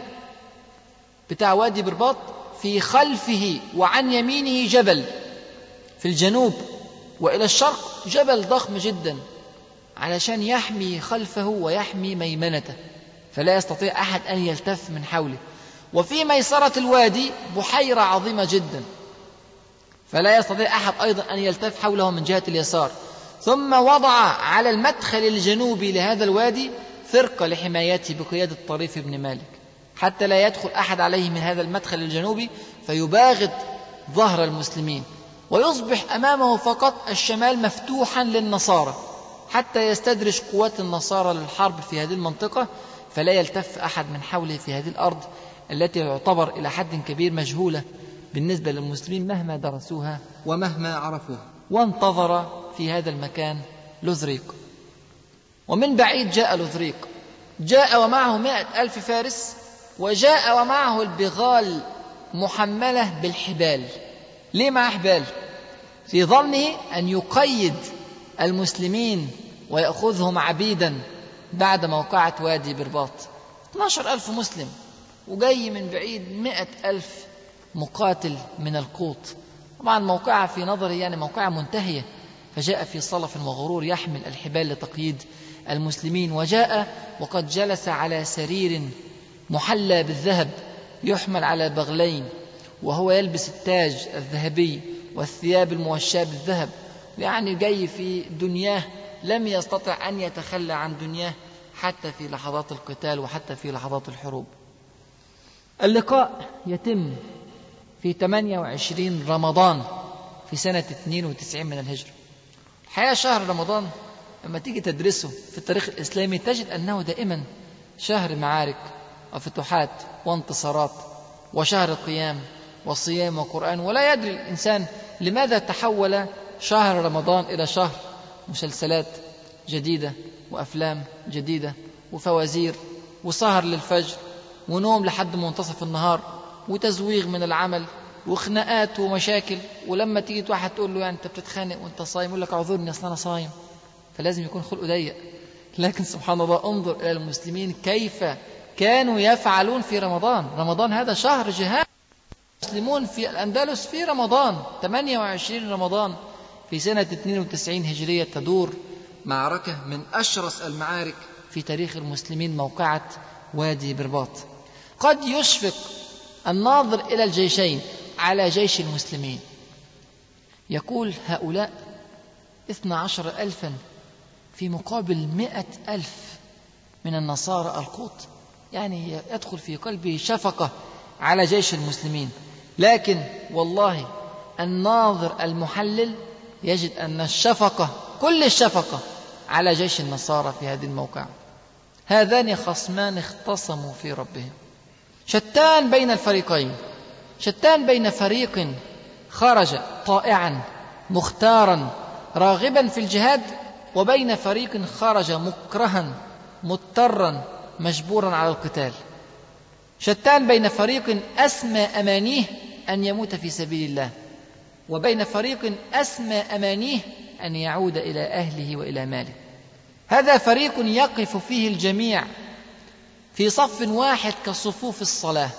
بتاع وادي برباط، في خلفه وعن يمينه جبل في الجنوب، وإلى الشرق جبل ضخم جدا، علشان يحمي خلفه ويحمي ميمنته، فلا يستطيع أحد أن يلتف من حوله. وفي ميسرة الوادي بحيرة عظيمة جدا، فلا يستطيع أحد أيضا أن يلتف حوله من جهة اليسار. ثم وضع على المدخل الجنوبي لهذا الوادي فرقة لحمايته بقيادة طريف بن مالك، حتى لا يدخل أحد عليه من هذا المدخل الجنوبي فيباغت ظهر المسلمين، ويصبح أمامه فقط الشمال مفتوحا للنصارى حتى يستدرج قوات النصارى للحرب في هذه المنطقة، فلا يلتف أحد من حوله في هذه الأرض التي يعتبر إلى حد كبير مجهولة بالنسبة للمسلمين مهما درسوها ومهما عرفوها. وانتظر في هذا المكان لوذريق. ومن بعيد جاء لوذريق، جاء ومعه 100,000 فارس، وجاء ومعه البغال محملة بالحبال. ليه معه حبال؟ في ظنه أن يقيد المسلمين ويأخذهم عبيدا بعد موقعة وادي برباط. 12,000 مسلم وجاي من بعيد 100,000 مقاتل من القوط. طبعا موقعة في نظره يعني موقعة منتهية، فجاء في صلف وغرور يحمل الحبال لتقييد المسلمين، وجاء وقد جلس على سرير محلى بالذهب يحمل على بغلين، وهو يلبس التاج الذهبي والثياب الموشاة بالذهب، يعني جاي في دنياه لم يستطع أن يتخلى عن دنياه حتى في لحظات القتال وحتى في لحظات الحروب. اللقاء يتم في 28 رمضان في سنة 92 من الهجرة. الحقيقة شهر رمضان لما تيجي تدرسه في التاريخ الإسلامي تجد أنه دائما شهر معارك وفتوحات وانتصارات وشهر قيام وصيام وقرآن، ولا يدري الإنسان لماذا تحول شهر رمضان إلى شهر مسلسلات جديدة وأفلام جديدة وفوازير وسهر للفجر ونوم لحد منتصف النهار وتزويغ من العمل وخناقات ومشاكل. ولما تيجي واحد تقول له يعني أنت بتتخانق وأنت صايم، يقول لك أعذرني أصلا أنا صايم، فلازم يكون خلقه ضيق. لكن سبحان الله انظر إلى المسلمين كيف كانوا يفعلون في رمضان. رمضان هذا شهر جهاد. المسلمون في الأندلس في رمضان 28 رمضان في سنة 92 هجرية تدور معركة من أشرس المعارك في تاريخ المسلمين، موقعة وادي برباط. قد يشفق الناظر إلى الجيشين على جيش المسلمين، يقول هؤلاء 12,000 في مقابل 100,000 من النصارى القوط، يعني يدخل في قلبه شفقة على جيش المسلمين. لكن والله الناظر المحلل يجد أن الشفقة كل الشفقة على جيش النصارى في هذه الموقعة. هذان خصمان اختصموا في ربهم، شتان بين الفريقين، شتان بين فريق خرج طائعا مختارا راغبا في الجهاد، وبين فريق خرج مكرها مضطرا مجبورا على القتال. شتان بين فريق أسمى أمانيه أن يموت في سبيل الله، وبين فريق أسمى أمانيه أن يعود إلى أهله وإلى ماله. هذا فريق يقف فيه الجميع في صف واحد كصفوف الصلاة،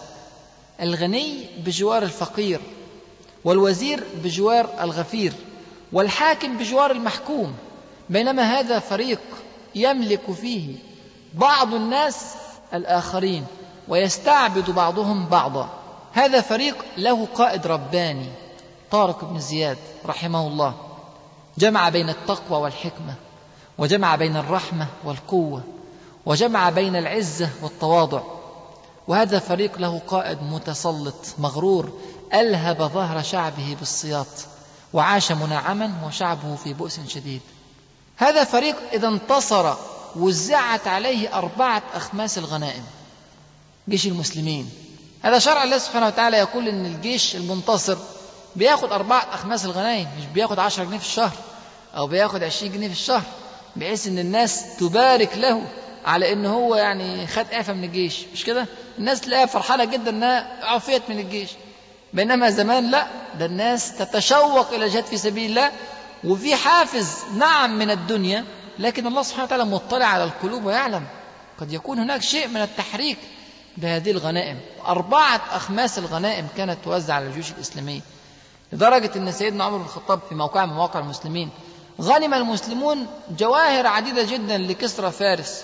الغني بجوار الفقير، والوزير بجوار الغفير، والحاكم بجوار المحكوم. بينما هذا فريق يملك فيه بعض الناس الآخرين ويستعبد بعضهم بعضا. هذا فريق له قائد رباني طارق بن زياد رحمه الله، جمع بين التقوى والحكمة، وجمع بين الرحمة والقوة، وجمع بين العزة والتواضع. وهذا فريق له قائد متسلط مغرور ألهب ظهر شعبه بالسياط وعاش منعما وشعبه في بؤس شديد. هذا فريق إذا انتصر وزعت عليه 4 أخماس الغنائم. جيش المسلمين هذا شرع الله سبحانه وتعالى يقول إن الجيش المنتصر بياخد 4 أخماس الغنائم، مش بياخد 10 جنيه في الشهر أو بياخد 20 جنيه في الشهر، بحيث إن الناس تبارك له على إن هو يعني خد إعفاء من الجيش. مش كده؟ الناس تلاقيها فرحانة جدا إنها عفيت من الجيش. بينما زمان لا، ده الناس تتشوق إلى الجهاد في سبيل الله، وفي حافز نعم من الدنيا، لكن الله سبحانه وتعالى مطلع على القلوب ويعلم قد يكون هناك شيء من التحريك بهذه الغنائم. 4 أخماس الغنائم كانت توزع على الجيوش الإسلامية، لدرجة أن سيدنا عمر بن الخطاب في موقع من مواقع المسلمين غنم المسلمون جواهر عديدة جدا لكسرى فارس،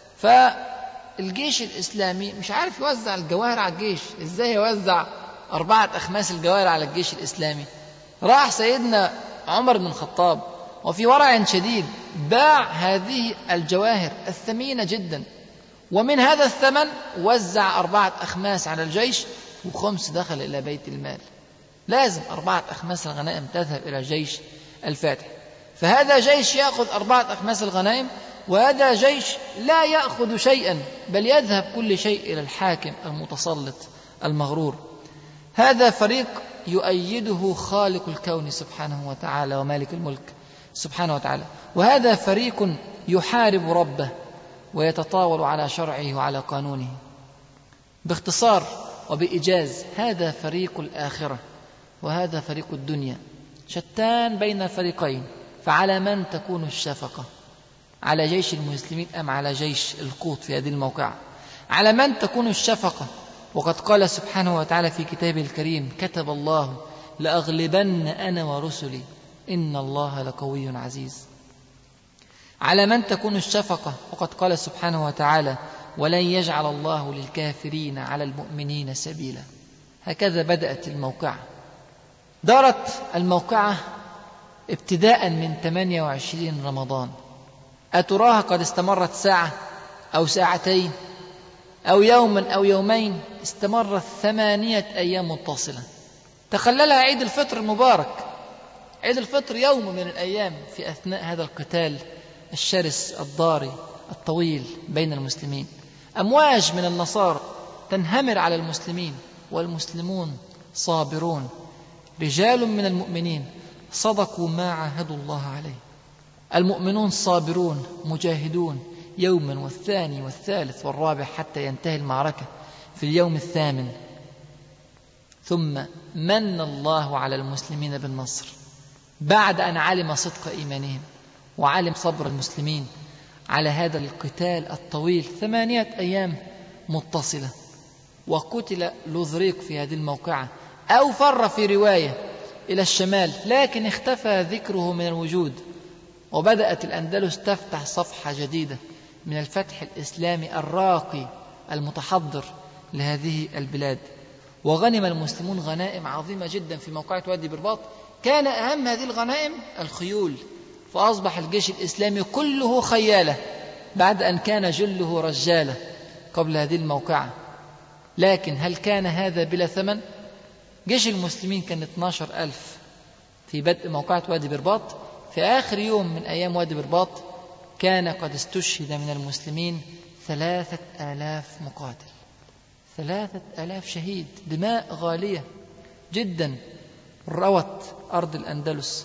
فالجيش الإسلامي مش عارف يوزع الجواهر على الجيش. إزاي يوزع 4 أخماس الجواهر على الجيش الإسلامي؟ راح سيدنا عمر بن الخطاب وفي ورع شديد باع هذه الجواهر الثمينة جدا، ومن هذا الثمن وزع 4 أخماس على الجيش و5 دخل إلى بيت المال. لازم 4 أخماس الغنائم تذهب إلى جيش الفاتح. فهذا جيش يأخذ 4 أخماس الغنائم، وهذا جيش لا يأخذ شيئا، بل يذهب كل شيء إلى الحاكم المتسلط المغرور. هذا فريق يؤيده خالق الكون سبحانه وتعالى ومالك الملك سبحانه وتعالى، وهذا فريق يحارب ربه ويتطاول على شرعه وعلى قانونه. باختصار وبإيجاز، هذا فريق الآخرة وهذا فريق الدنيا، شتان بين الفريقين. فعلى من تكون الشفقة؟ على جيش المسلمين أم على جيش القوط في هذه الموقعة؟ على من تكون الشفقة؟ وقد قال سبحانه وتعالى في كتابه الكريم: كتب الله لأغلبن أنا ورسلي إن الله لقوي عزيز. على من تكون الشفقة؟ وقد قال سبحانه وتعالى: ولن يجعل الله للكافرين على المؤمنين سبيلا. هكذا بدأت الموقعة. دارت الموقعة ابتداء من 28 رمضان أتراها قد استمرت ساعة أو ساعتين أو يوما أو يومين؟ استمرت 8 أيام متصلة. تخللها عيد الفطر المبارك. عيد الفطر يوم من الأيام في أثناء هذا القتال الشرس الضاري الطويل بين المسلمين. أمواج من النصارى تنهمر على المسلمين، والمسلمون صابرون. رجال من المؤمنين صدقوا ما عاهدوا الله عليه. المؤمنون صابرون مجاهدون يوما والثاني والثالث والرابع حتى ينتهي المعركة في اليوم الثامن. ثم من الله على المسلمين بالنصر بعد أن علم صدق إيمانهم وعلم صبر المسلمين على هذا القتال الطويل 8 أيام متصلة. وقتل لوذريق في هذه الموقعة، أو فر في رواية إلى الشمال، لكن اختفى ذكره من الوجود. وبدأت الأندلس تفتح صفحة جديدة من الفتح الإسلامي الراقي المتحضر لهذه البلاد. وغنم المسلمون غنائم عظيمة جدا في موقعة وادي برباط. كان أهم هذه الغنائم الخيول، فأصبح الجيش الإسلامي كله خيالة بعد أن كان جله رجالة قبل هذه الموقعة. لكن هل كان هذا بلا ثمن؟ جيش المسلمين كان 12,000 في بدء موقعة وادي برباط. في آخر يوم من أيام وادي برباط كان قد استشهد من المسلمين 3,000 مقاتل. 3,000 شهيد، دماء غالية جدا روت أرض الأندلس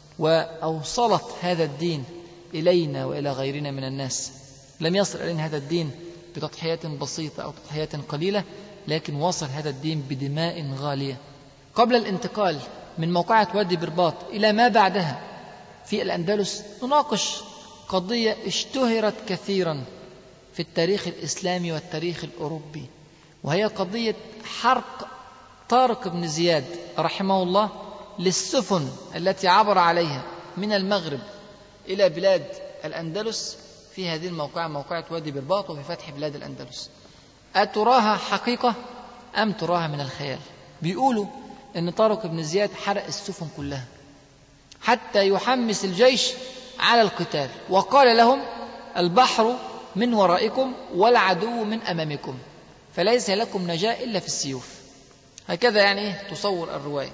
وأوصلت هذا الدين إلينا وإلى غيرنا من الناس. لم يصل إلينا هذا الدين بتضحيات بسيطة أو تضحيات قليلة، لكن وصل هذا الدين بدماء غالية. قبل الانتقال من موقعة وادي برباط إلى ما بعدها في الأندلس نناقش قضية اشتهرت كثيرا في التاريخ الإسلامي والتاريخ الأوروبي، وهي قضية حرق طارق بن زياد رحمه الله للسفن التي عبر عليها من المغرب إلى بلاد الأندلس في هذه الموقعة، موقعة وادي برباط، وفي فتح بلاد الأندلس. أتراها حقيقة أم تراها من الخيال؟ بيقولوا أن طارق بن زياد حرق السفن كلها حتى يحمس الجيش على القتال، وقال لهم: البحر من ورائكم والعدو من أمامكم، فليس لكم نجاة إلا في السيوف. هكذا يعني تصور الرواية.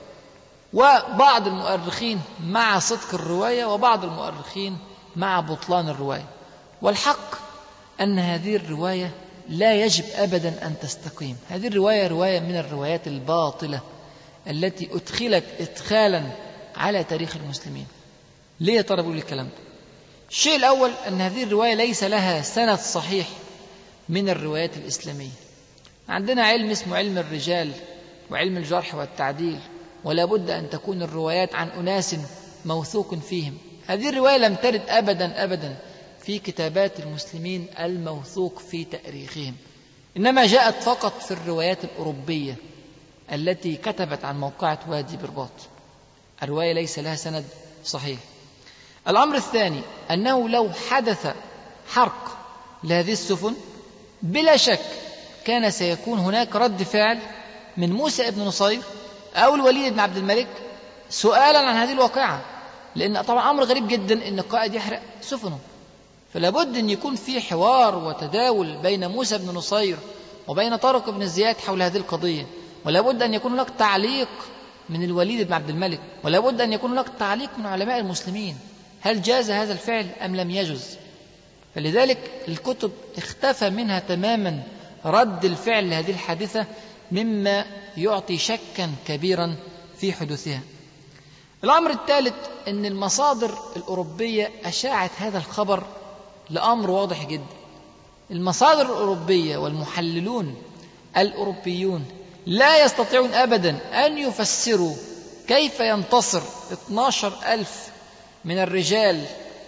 وبعض المؤرخين مع صدق الرواية، وبعض المؤرخين مع بطلان الرواية. والحق أن هذه الرواية لا يجب أبدا أن تستقيم. هذه الرواية رواية من الروايات الباطلة التي أدخلت إدخالا على تاريخ المسلمين. ليه يا ترى بقول الكلام ده؟ الشيء الأول أن هذه الرواية ليس لها سند صحيح من الروايات الإسلامية. عندنا علم اسمه علم الرجال وعلم الجرح والتعديل، ولا بد أن تكون الروايات عن أناس موثوق فيهم. هذه الرواية لم ترد أبدا أبدا في كتابات المسلمين الموثوق في تاريخهم، إنما جاءت فقط في الروايات الأوروبية التي كتبت عن موقعة وادي برباط. الرواية ليس لها سند صحيح. الأمر الثاني أنه لو حدث حرق لهذه السفن بلا شك كان سيكون هناك رد فعل من موسى بن نصير أو الوليد بن عبد الملك سؤالا عن هذه الواقعة، لأن طبعا أمر غريب جدا أن القائد يحرق سفنه، فلا بد أن يكون في حوار وتداول بين موسى بن نصير وبين طارق بن زياد حول هذه القضية، ولا بد أن يكون هناك تعليق من الوليد بن عبد الملك، ولا بد أن يكون هناك تعليق من علماء المسلمين هل جاز هذا الفعل أم لم يجز. فلذلك الكتب اختفى منها تماما رد الفعل لهذه الحادثة، مما يعطي شكا كبيرا في حدوثها. الأمر الثالث أن المصادر الأوروبية أشاعت هذا الخبر لأمر واضح جدا. المصادر الأوروبية والمحللون الأوروبيون لا يستطيعون أبدا أن يفسروا كيف ينتصر 12,000 من الرجال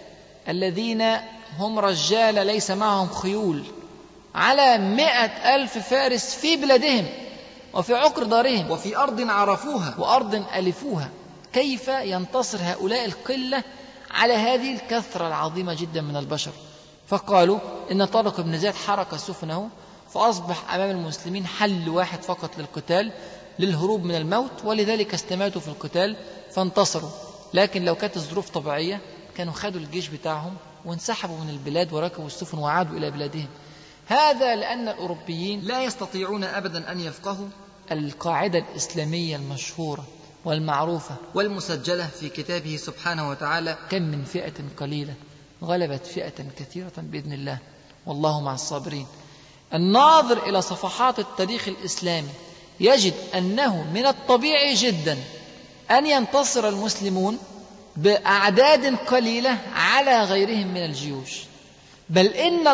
الذين هم رجال ليس معهم خيول على 100,000 فارس في بلادهم وفي عقر دارهم وفي أرض عرفوها وأرض ألفوها. كيف ينتصر هؤلاء القلة على هذه الكثرة العظيمة جدا من البشر؟ فقالوا إن طارق بن زياد حرق سفنه، فأصبح أمام المسلمين حل واحد فقط للقتال، للهروب من الموت، ولذلك استماتوا في القتال فانتصروا. لكن لو كانت الظروف طبيعية كانوا خدوا الجيش بتاعهم وانسحبوا من البلاد وركبوا السفن وعادوا إلى بلادهم. هذا لأن الأوروبيين لا يستطيعون أبدا أن يفقهوا القاعدة الإسلامية المشهورة والمعروفة والمسجلة في كتابه سبحانه وتعالى: كم من فئة قليلة غلبت فئة كثيرة بإذن الله والله مع الصابرين. الناظر إلى صفحات التاريخ الإسلامي يجد أنه من الطبيعي جدا أن ينتصر المسلمون بأعداد قليلة على غيرهم من الجيوش، بل إن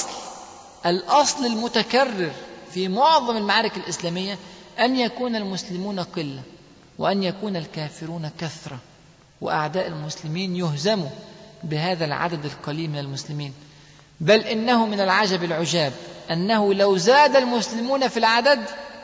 الأصل المتكرر في معظم المعارك الإسلامية أن يكون المسلمون قلة وأن يكون الكافرون كثرة، وأعداء المسلمين يهزموا بهذا العدد القليل من المسلمين. بل إنه من العجب العجاب أنه لو زاد المسلمون في العدد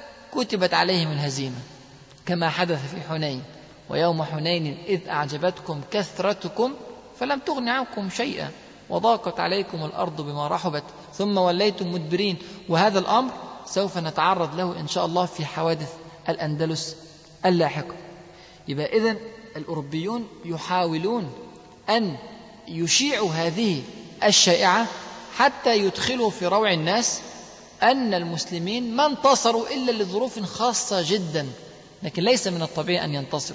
كتبت عليهم الهزيمة، كما حدث في حنين: ويوم حنين إذ أعجبتكم كثرتكم فلم تغن عنكم شيئا وضاقت عليكم الأرض بما رحبت ثم وليتم مدبرين. وهذا الأمر سوف نتعرض له إن شاء الله في حوادث الأندلس اللاحقة. يبقى إذن الأوروبيون يحاولون أن يشيعوا هذه الشائعة حتى يدخلوا في روع الناس أن المسلمين ما انتصروا إلا لظروف خاصة جدا، لكن ليس من الطبيعي أن ينتصروا.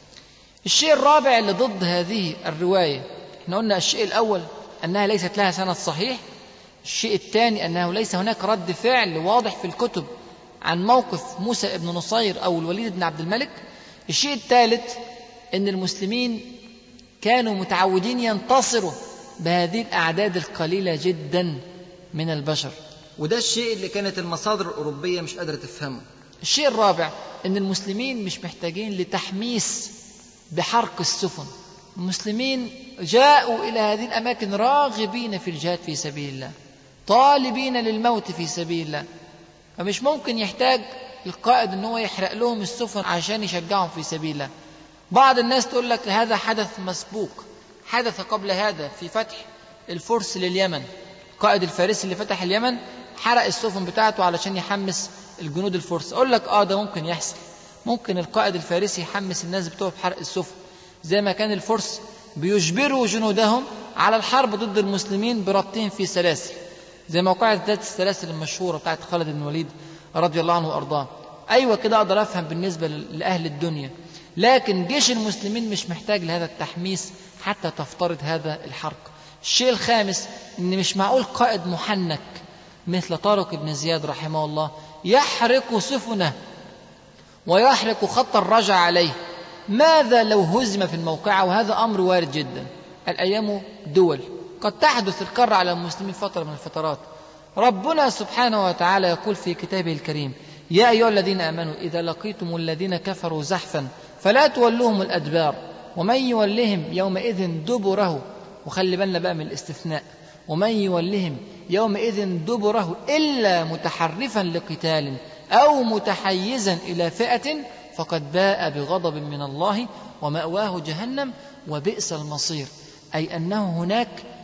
الشيء الرابع اللي ضد هذه الرواية، احنا قلنا الشيء الأول أنها ليست لها سند صحيح، الشيء الثاني أنه ليس هناك رد فعل واضح في الكتب عن موقف موسى بن نصير أو الوليد بن عبد الملك، الشيء الثالث أن المسلمين كانوا متعودين ينتصروا بهذه الأعداد القليلة جدا من البشر، وده الشيء اللي كانت المصادر الأوروبية مش قادرة تفهمه. الشيء الرابع أن المسلمين مش محتاجين لتحميس بحرق السفن، المسلمين جاءوا إلى هذه الأماكن راغبين في الجهاد في سبيل الله، طالبين للموت في سبيل الله، فمش ممكن يحتاج القائد أنه يحرق لهم السفن عشان يشجعهم في سبيل الله. بعض الناس تقول لك هذا حدث مسبوق، حدث قبل هذا في فتح الفرس لليمن، القائد الفارسي اللي فتح اليمن حرق السفن بتاعته علشان يحمس الجنود الفرس. أقول لك ده ممكن يحصل، ممكن القائد الفارسي يحمس الناس بتوعه بحرق السفن، زي ما كان الفرس بيجبروا جنودهم على الحرب ضد المسلمين بربطهم في سلاسل، زي موقعة ذات السلاسل المشهورة بتاعت خالد بن الوليد رضي الله عنه وأرضاه. أيوة كده أقدر أفهم بالنسبة لأهل الدنيا، لكن جيش المسلمين مش محتاج لهذا التحميس حتى تفترض هذا الحرق. الشيء الخامس إن مش معقول قائد محنك مثل طارق بن زياد رحمه الله يحرق سفنه ويحرق خط الرجع عليه. ماذا لو هزم في الموقعة؟ وهذا أمر وارد جدا، الأيام دول، قد تحدث الكرة على المسلمين فترة من الفترات. ربنا سبحانه وتعالى يقول في كتابه الكريم: يا أيها الذين آمنوا إذا لقيتم الذين كفروا زحفا فلا تولوهم الأدبار ومن يولهم يومئذ دبره، وخلي بالنا بقى من الاستثناء، ومن يولهم يومئذ دبره إلا متحرفا لقتال أو متحيزا إلى فئة فقد باء بغضب من الله ومأواه جهنم وبئس المصير. أي أنه هناك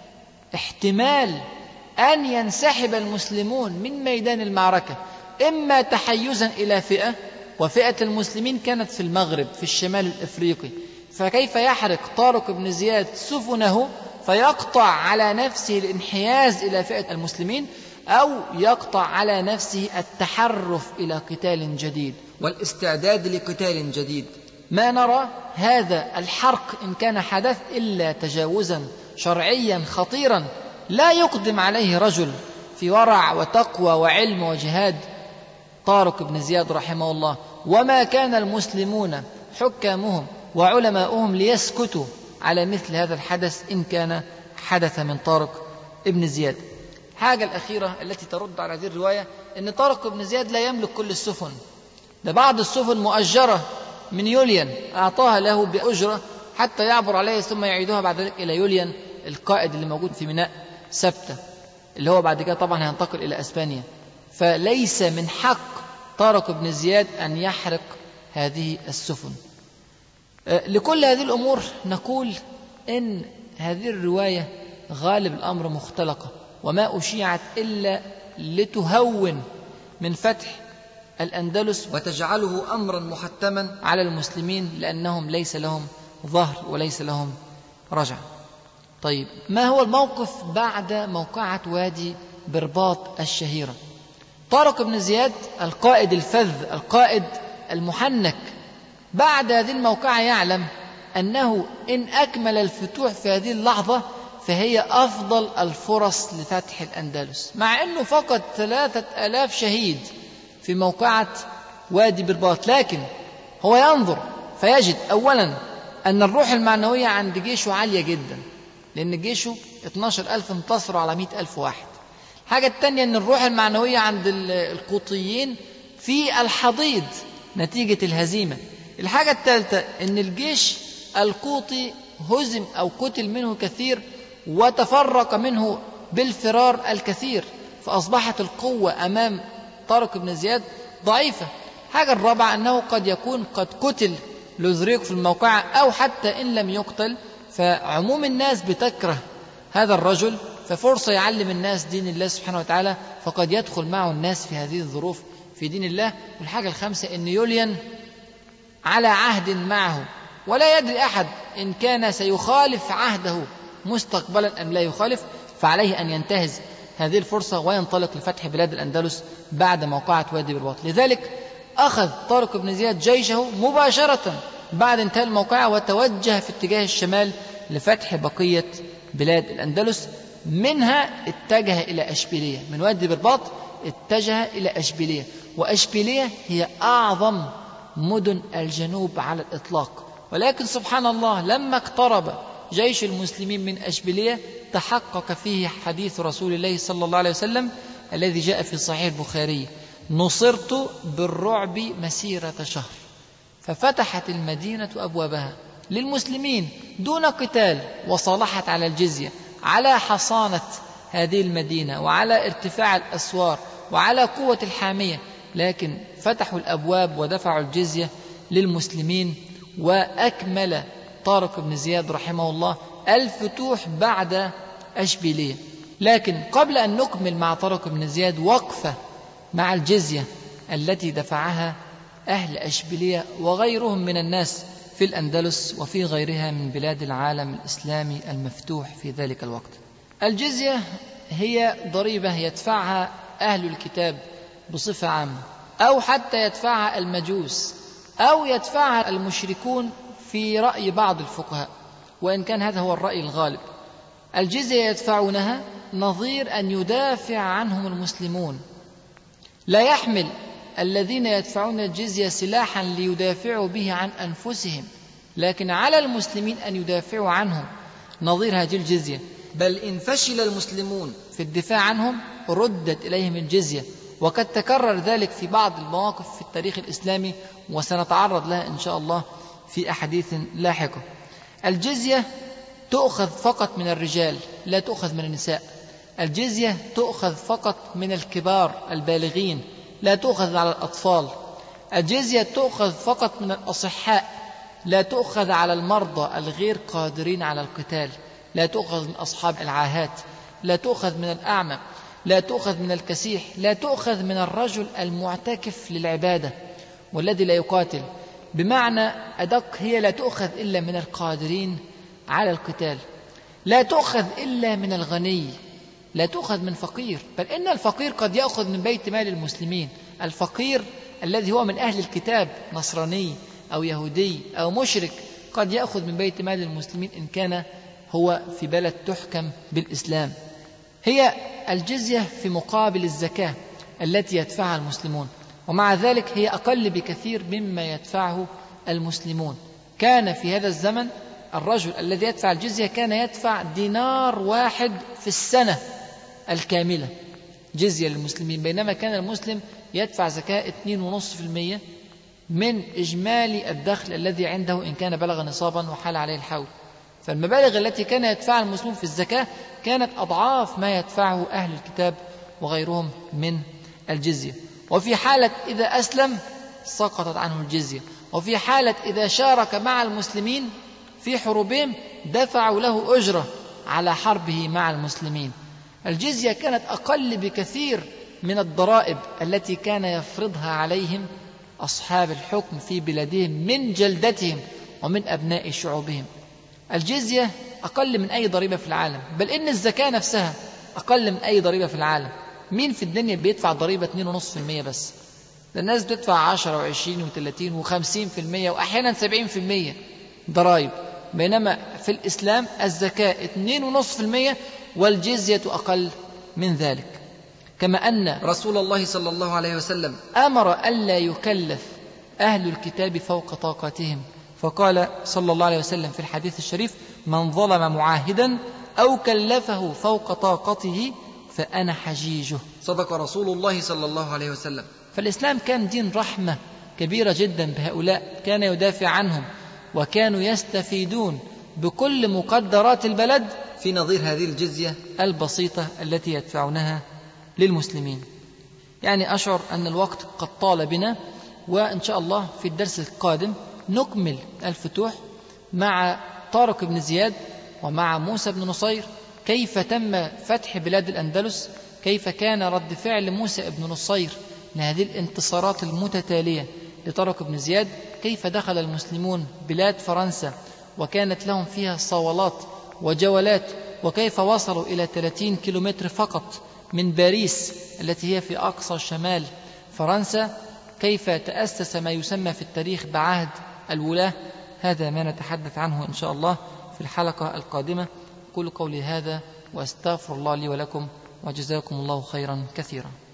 احتمال أن ينسحب المسلمون من ميدان المعركة، إما تحيزا إلى فئة، وفئة المسلمين كانت في المغرب في الشمال الإفريقي، فكيف يحرق طارق بن زياد سفنه فيقطع على نفسه الانحياز إلى فئة المسلمين، أو يقطع على نفسه التحرف إلى قتال جديد والاستعداد لقتال جديد. ما نرى هذا الحرق إن كان حدث إلا تجاوزا شرعيا خطيرا لا يقدم عليه رجل في ورع وتقوى وعلم وجهاد طارق بن زياد رحمه الله. وما كان المسلمون حكامهم وعلماؤهم ليسكتوا على مثل هذا الحدث إن كان حدث من طارق بن زياد. حاجة الأخيرة التي ترد على هذه الرواية أن طارق بن زياد لا يملك كل السفن، ده بعض السفن مؤجرة من يوليان أعطاها له بأجرة حتى يعبر عليه ثم يعيدها بعد ذلك إلى يوليان القائد اللي موجود في ميناء سبتة، اللي هو بعد كده طبعا هينتقل إلى أسبانيا. فليس من حق طارق بن زياد أن يحرق هذه السفن. لكل هذه الأمور نقول إن هذه الرواية غالب الأمر مختلقة، وما أشيعت إلا لتهون من فتح الأندلس وتجعله أمرا محتما على المسلمين، لأنهم ليس لهم ظهر وليس لهم رجع. طيب ما هو الموقف بعد موقعة وادي برباط الشهيرة؟ طارق بن زياد القائد الفذ، القائد المحنك، بعد هذه الموقعة يعلم أنه إن أكمل الفتوح في هذه اللحظة فهي أفضل الفرص لفتح الأندلس، مع أنه فقد 3000 شهيد في موقعة وادي برباط. لكن هو ينظر فيجد أولا أن الروح المعنوية عند جيشه عالية جدا، لأن جيشه 12,000 انتصروا على 100,000 واحد. الحاجة الثانية أن الروح المعنوية عند القوطيين في الحضيض نتيجة الهزيمة. الحاجة الثالثة أن الجيش القوطي هزم أو قتل منه كثير وتفرق منه بالفرار الكثير، فأصبحت القوة أمام طارق بن زياد ضعيفة. الحاجة الرابعة أنه قد يكون قد قتل لوزريق في الموقعة، أو حتى إن لم يقتل فعموم الناس بتكره هذا الرجل، ففرصة يعلم الناس دين الله سبحانه وتعالى، فقد يدخل معه الناس في هذه الظروف في دين الله. والحاجة الخامسة أن يوليان على عهد معه، ولا يدري أحد إن كان سيخالف عهده مستقبلا أم لا يخالف، فعليه أن ينتهز هذه الفرصة وينطلق لفتح بلاد الأندلس بعد موقعة وادي برباط. لذلك أخذ طارق بن زياد جيشه مباشرة بعد انتهاء الموقعة وتوجه في اتجاه الشمال لفتح بقية بلاد الأندلس. منها اتجه إلى أشبيلية، من وادي برباط اتجه إلى أشبيلية، وأشبيلية هي أعظم مدن الجنوب على الإطلاق. ولكن سبحان الله لما اقترب جيش المسلمين من أشبيلية تحقق فيه حديث رسول الله صلى الله عليه وسلم الذي جاء في صحيح البخاري: نصرت بالرعب مسيرة شهر. ففتحت المدينة أبوابها للمسلمين دون قتال، وصالحت على الجزية، على حصانة هذه المدينة وعلى ارتفاع الأسوار وعلى قوة الحامية، لكن فتحوا الأبواب ودفعوا الجزية للمسلمين. وأكمل طارق بن زياد رحمه الله الفتوح بعد أشبيلية. لكن قبل أن نكمل مع طارق بن زياد وقفة مع الجزية التي دفعها أهل أشبيلية وغيرهم من الناس في الأندلس وفي غيرها من بلاد العالم الإسلامي المفتوح في ذلك الوقت. الجزية هي ضريبة يدفعها أهل الكتاب بصفة عامة، أو حتى يدفعها المجوس، أو يدفعها المشركون في رأي بعض الفقهاء، وإن كان هذا هو الرأي الغالب. الجزية يدفعونها نظير أن يدافع عنهم المسلمون. لا يحمل الذين يدفعون الجزية سلاحا ليدافعوا به عن أنفسهم، لكن على المسلمين أن يدافعوا عنهم نظير هذه الجزية. بل إن فشل المسلمون في الدفاع عنهم ردت إليهم الجزية، وقد تكرر ذلك في بعض المواقف في التاريخ الإسلامي، وسنتعرض لها إن شاء الله في أحاديث لاحقة. الجزية تؤخذ فقط من الرجال، لا تؤخذ من النساء. الجزية تؤخذ فقط من الكبار البالغين، لا تؤخذ على الأطفال. الجزية تؤخذ فقط من الأصحاء، لا تؤخذ على المرضى الغير قادرين على القتال، لا تؤخذ من أصحاب العاهات، لا تؤخذ من الأعمى، لا تؤخذ من الكسيح، لا تؤخذ من الرجل المعتكف للعبادة والذي لا يقاتل. بمعنى أدق هي لا تؤخذ إلا من القادرين على القتال، لا تؤخذ إلا من الغني، لا تؤخذ من فقير. بل إن الفقير قد يأخذ من بيت مال المسلمين. الفقير الذي هو من أهل الكتاب نصراني أو يهودي أو مشرك قد يأخذ من بيت مال المسلمين إن كان هو في بلد تحكم بالإسلام. هي الجزية في مقابل الزكاة التي يدفعها المسلمون، ومع ذلك هي أقل بكثير مما يدفعه المسلمون. كان في هذا الزمن الرجل الذي يدفع الجزية كان يدفع دينار واحد في السنة الكاملة جزية للمسلمين، بينما كان المسلم يدفع زكاة 2.5% من إجمالي الدخل الذي عنده إن كان بلغ نصابا وحال عليه الحول. فالمبالغ التي كان يدفعها المسلمون في الزكاة كانت أضعاف ما يدفعه أهل الكتاب وغيرهم من الجزية. وفي حالة إذا أسلم سقطت عنه الجزية، وفي حالة إذا شارك مع المسلمين في حروبهم دفعوا له أجرة على حربه مع المسلمين. الجزية كانت أقل بكثير من الضرائب التي كان يفرضها عليهم أصحاب الحكم في بلادهم من جلدتهم ومن أبناء شعوبهم. الجزية أقل من أي ضريبة في العالم، بل إن الزكاة نفسها أقل من أي ضريبة في العالم. مين في الدنيا بيدفع ضريبة 2.5% بس؟ ده الناس بتدفع 10 و20 و30 و50% وأحيانا 70% ضرائب، بينما في الإسلام الزكاة 2.5% والجزية أقل من ذلك. كما أن رسول الله صلى الله عليه وسلم أمر ألا يكلف أهل الكتاب فوق طاقتهم، فقال صلى الله عليه وسلم في الحديث الشريف: من ظلم معاهدا أو كلفه فوق طاقته فأنا حجيجه. صدق رسول الله صلى الله عليه وسلم. فالإسلام كان دين رحمة كبيرة جدا بهؤلاء، كان يدافع عنهم وكانوا يستفيدون بكل مقدرات البلد في نظير هذه الجزية البسيطة التي يدفعونها للمسلمين. يعني أشعر أن الوقت قد طال بنا، وإن شاء الله في الدرس القادم نكمل الفتوح مع طارق بن زياد ومع موسى بن نصير، كيف تم فتح بلاد الأندلس، كيف كان رد فعل موسى بن نصير لهذه الانتصارات المتتالية لطارق بن زياد، كيف دخل المسلمون بلاد فرنسا وكانت لهم فيها صولات وجولات، وكيف وصلوا إلى 30 كيلومتر فقط من باريس التي هي في أقصى شمال فرنسا، كيف تأسس ما يسمى في التاريخ بعهد الولاة. هذا ما نتحدث عنه إن شاء الله في الحلقة القادمة. أقول قولي هذا وأستغفر الله لي ولكم، وجزاكم الله خيرا كثيرا.